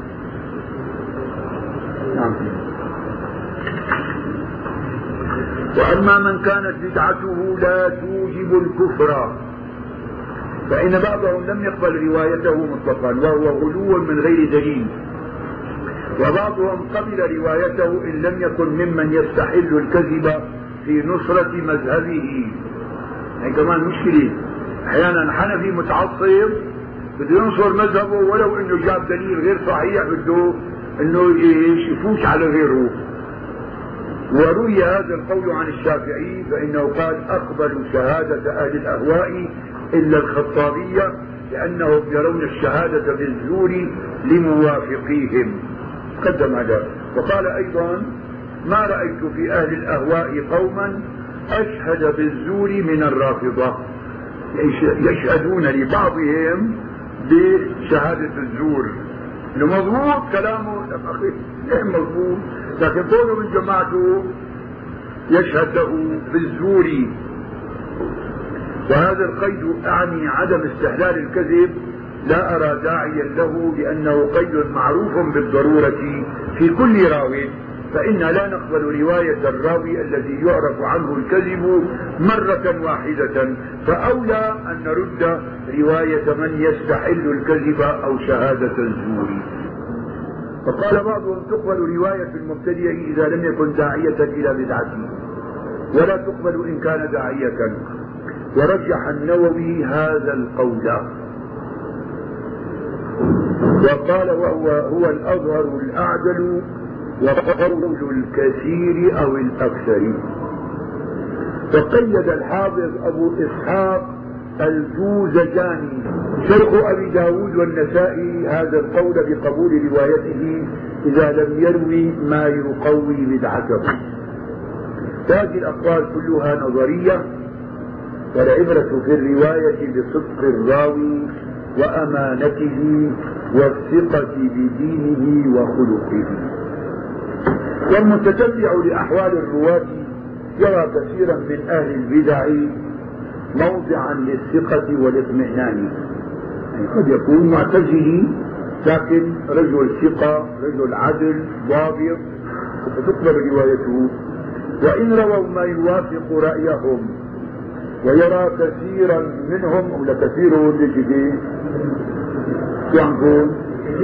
نعم. وأما من كانت بدعته لا توجب الكفر فإن بعضهم لم يقبل روايته مطلقا وهو غلو من غير دليل، وبعضهم قبل روايته إن لم يكن ممن يستحل الكذب في نصرة مذهبه. يعني كمان مشكلة أحيانا حنفي متعصب بده ينصر مذهبه ولو انه جاب دليل غير صحيح بده انه يفوش على غيره. وروي هذا القول عن الشافعي فانه قال اقبلوا شهادة اهل الاهواء الا الخطابية لانهم يرون الشهادة بالزور لموافقيهم. قدم هذا. وقال ايضا ما رأيت في اهل الاهواء قوما اشهد بالزور من الرافضة، يشهدون لبعضهم بشهادة الزور. انه مضبوط كلامه، يا اخي ليه مضبوط؟ لكن كونه من جماعته يشهد له بالزور. وهذا القيد اعني عدم استحلال الكذب لا ارى داعيا له لانه قيد معروف بالضرورة في كل راو، فإنا لا نقبل رواية الراوي الذي يعرف عنه الكذب مرة واحدة، فأولى أن نرد رواية من يستحل الكذب أو شهادة الزور. فقال بعضهم تقبل رواية المبتدئ إذا لم يكن داعية إلى بدعته ولا تقبل إن كان داعية. ورجح النووي هذا القول وقال وهو هو الأظهر الأعدل وقول الكثير أو الأكثر. فقيد الحافظ أبو إسحاق الجوزجاني شيخ أبي داود والنسائي هذا القول بقبول روايته إذا لم يروي ما يقوي بدعته. هذه الأقوال كلها نظرية، والعبرة في الرواية بصدق الراوي وأمانته والثقة بدينه وخلقه. والمتتبع لأحوال الرواة يرى كثيرا من أهل البدع موضعا للثقة والاطمئنان. يعني قد يكون معتزلي لكن رجل ثقة، رجل عدل ضابط، فتقبل روايته. وإن رووا ما يوافق رأيهم ويرى كثيرا منهم ولا كثيرهم لجديد يعنقون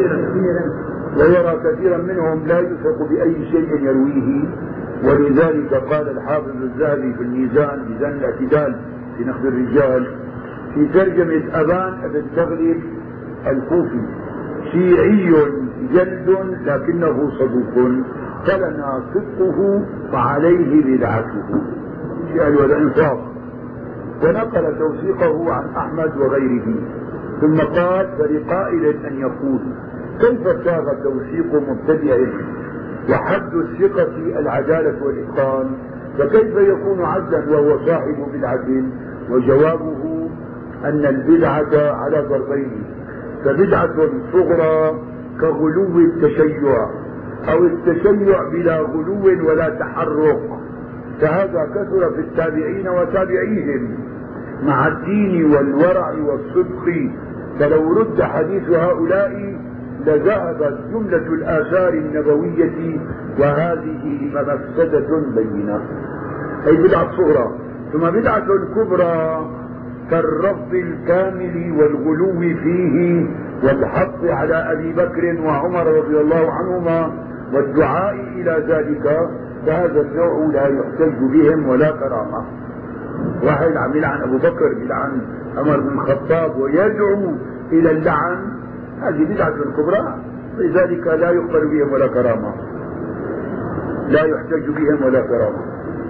ويرى كثيرا منهم لا يثق بأي شيء يرويه. ولذلك قال الحافظ الذهبي في الميزان ميزان الاعتدال في نقد الرجال في ترجمة أبان بن تغلب الكوفي شيعي جلد لكنه صدوق فلنا صدقه وعليه بدعته. قال ولا إنصاف. ونقل توثيقه عن أحمد وغيره. ثم قال فلقائل أن يقول كيف ساغ توثيق مبتدع وحد الثقة العدالة والإتقان، فكيف يكون عدلا وهو صاحب بدعة؟ وجوابه أن البدعة على ضربين، فبدعة صغرى كغلو التشيع أو التشيع بلا غلو ولا تحرك، فهذا كثر في التابعين وتابعيهم مع الدين والورع والصدق. فلو رد حديث هؤلاء لذهبت جملة الآثار النبوية وهذه مفسدة بينة. أي بدعة صغرى. ثم بدعة كبرى كالرفض الكامل والغلو فيه والحث على أبي بكر وعمر رضي الله عنهما والدعاء إلى ذلك، فهذا النوع لا يحتج بهم ولا كرامة. واحد عم يلعن أبو بكر يلعن عمر بن الخطاب ويدعو إلى اللعن، هذه بدعة كبرى، لذلك لا يقبل بهم ولا كرامة، لا يحتج بهم ولا كرامة.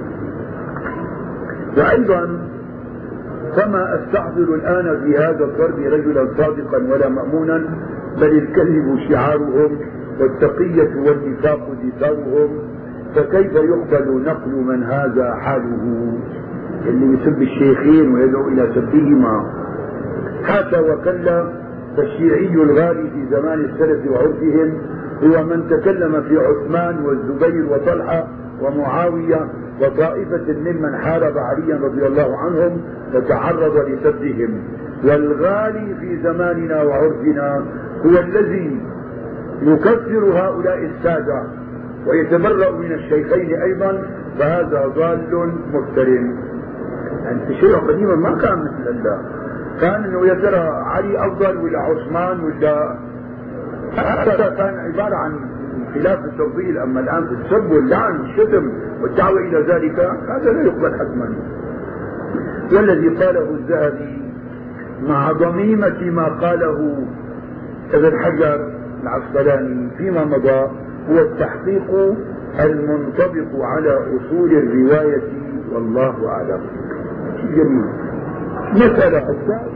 وأيضا كما أستحضر الآن في هذا الضرب رجلا صادقا ولا مأمونا بل الكذب شعارهم والتقية والنفاق دثارهم، فكيف يقبل نقل من هذا حاله اللي يسب الشيخين ويدعو إلى سبهما؟ حتى وكلا فالشيعي الغالي في زمان السلف وعرفهم هو من تكلم في عثمان والزبير وطلحة ومعاوية وطائفة ممن حارب عليا رضي الله عنهم فتعرض لسبهم. والغالي في زماننا وعرفنا هو الذي يكفر هؤلاء السادة ويتبرأ من الشيخين أيضا، فهذا ضال مفتر. يعني في الشيعة قديما ما كان مثل الله، كان انه يا ترى علي افضل ولا عثمان ولا، هذا كان عبارة عن خلاف التفضيل. اما الان في السب واللعن والشتم والدعوة الى ذلك هذا لا يقبل حتما. والذي قاله الذهبي مع ضميمة ما قاله ابن حجر العسقلاني فيما مضى هو التحقيق المنطبق على اصول الرواية، والله اعلم. جميل. مسألة السائل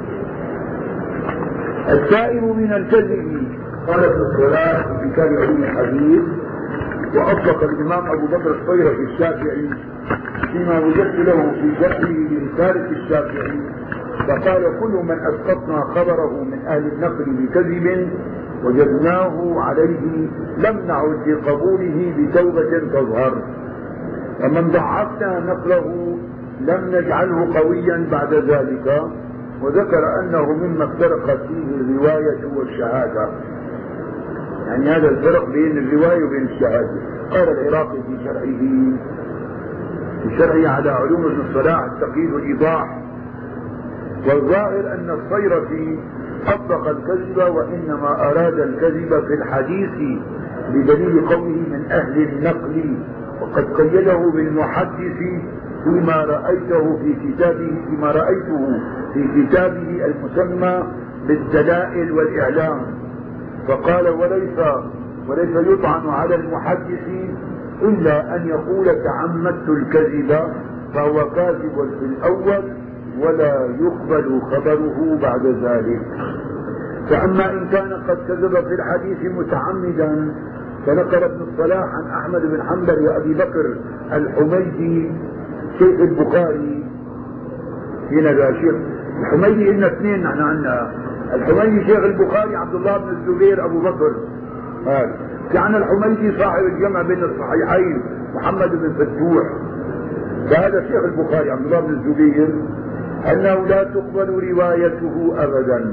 السائل من الكذب. قال في الصلاة في كتاب علم الحديث، وأطلق الإمام أبو بكر الصيرفي الشافعي فيما وجدت له في شرحه لرسالة الشافعي، فقال كل من أسقطنا خبره من أهل النقل بكذب وجدناه عليه لم نعد لقبوله بتوبة تظهر، ومن ضعفنا نقله لم نجعله قويا بعد ذلك. وذكر أنه مما افترقت فيه الرواية والشهادة، يعني هذا الفرق بين الرواية وبين الشهادة. قال العراقي في شرحه في شرحه على علوم ابن الصلاح التقييد والإيضاح، والظاهر أن الصيرفي أطلق الكذب وإنما أراد الكذب في الحديث بدليل قوله من أهل النقل، وقد قيده بالمحدث فيما رأيته في كتابه فيما رأيته في كتابه المسمى بالدلائل والإعلام، فقال وليس وليس يطعن على المحدث إلا أن يقول تعمدت الكذب فهو كاذب في الأول ولا يقبل خبره بعد ذلك. فأما إن كان قد كذب في الحديث متعمدا، فنقل ابن الصلاح عن أحمد بن حنبل وأبي بكر الحميدي شيخ البخاري. هنا ذا شيخ الحميدي إن اثنين نحن عنا، الحميدي شيخ البخاري عبد الله بن الزبير أبو بكر، هذا كان الحميدي صاحب الجمع بين الصحيحين محمد بن فتوح، فهذا شيخ البخاري عبد الله بن الزبير أنه لا تقبل روايته أبدا.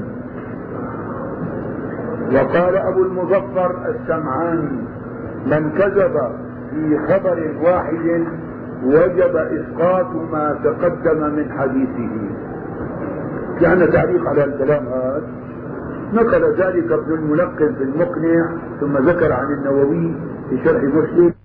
وقال أبو المظفر السمعاني من كذب في خبر واحد وجب إسقاط ما تقدم من حديثه. يعني تعليق على الكلام هذا نقل ذلك ابن الملقن في المقنع، ثم ذكر عن النووي في شرح مسلم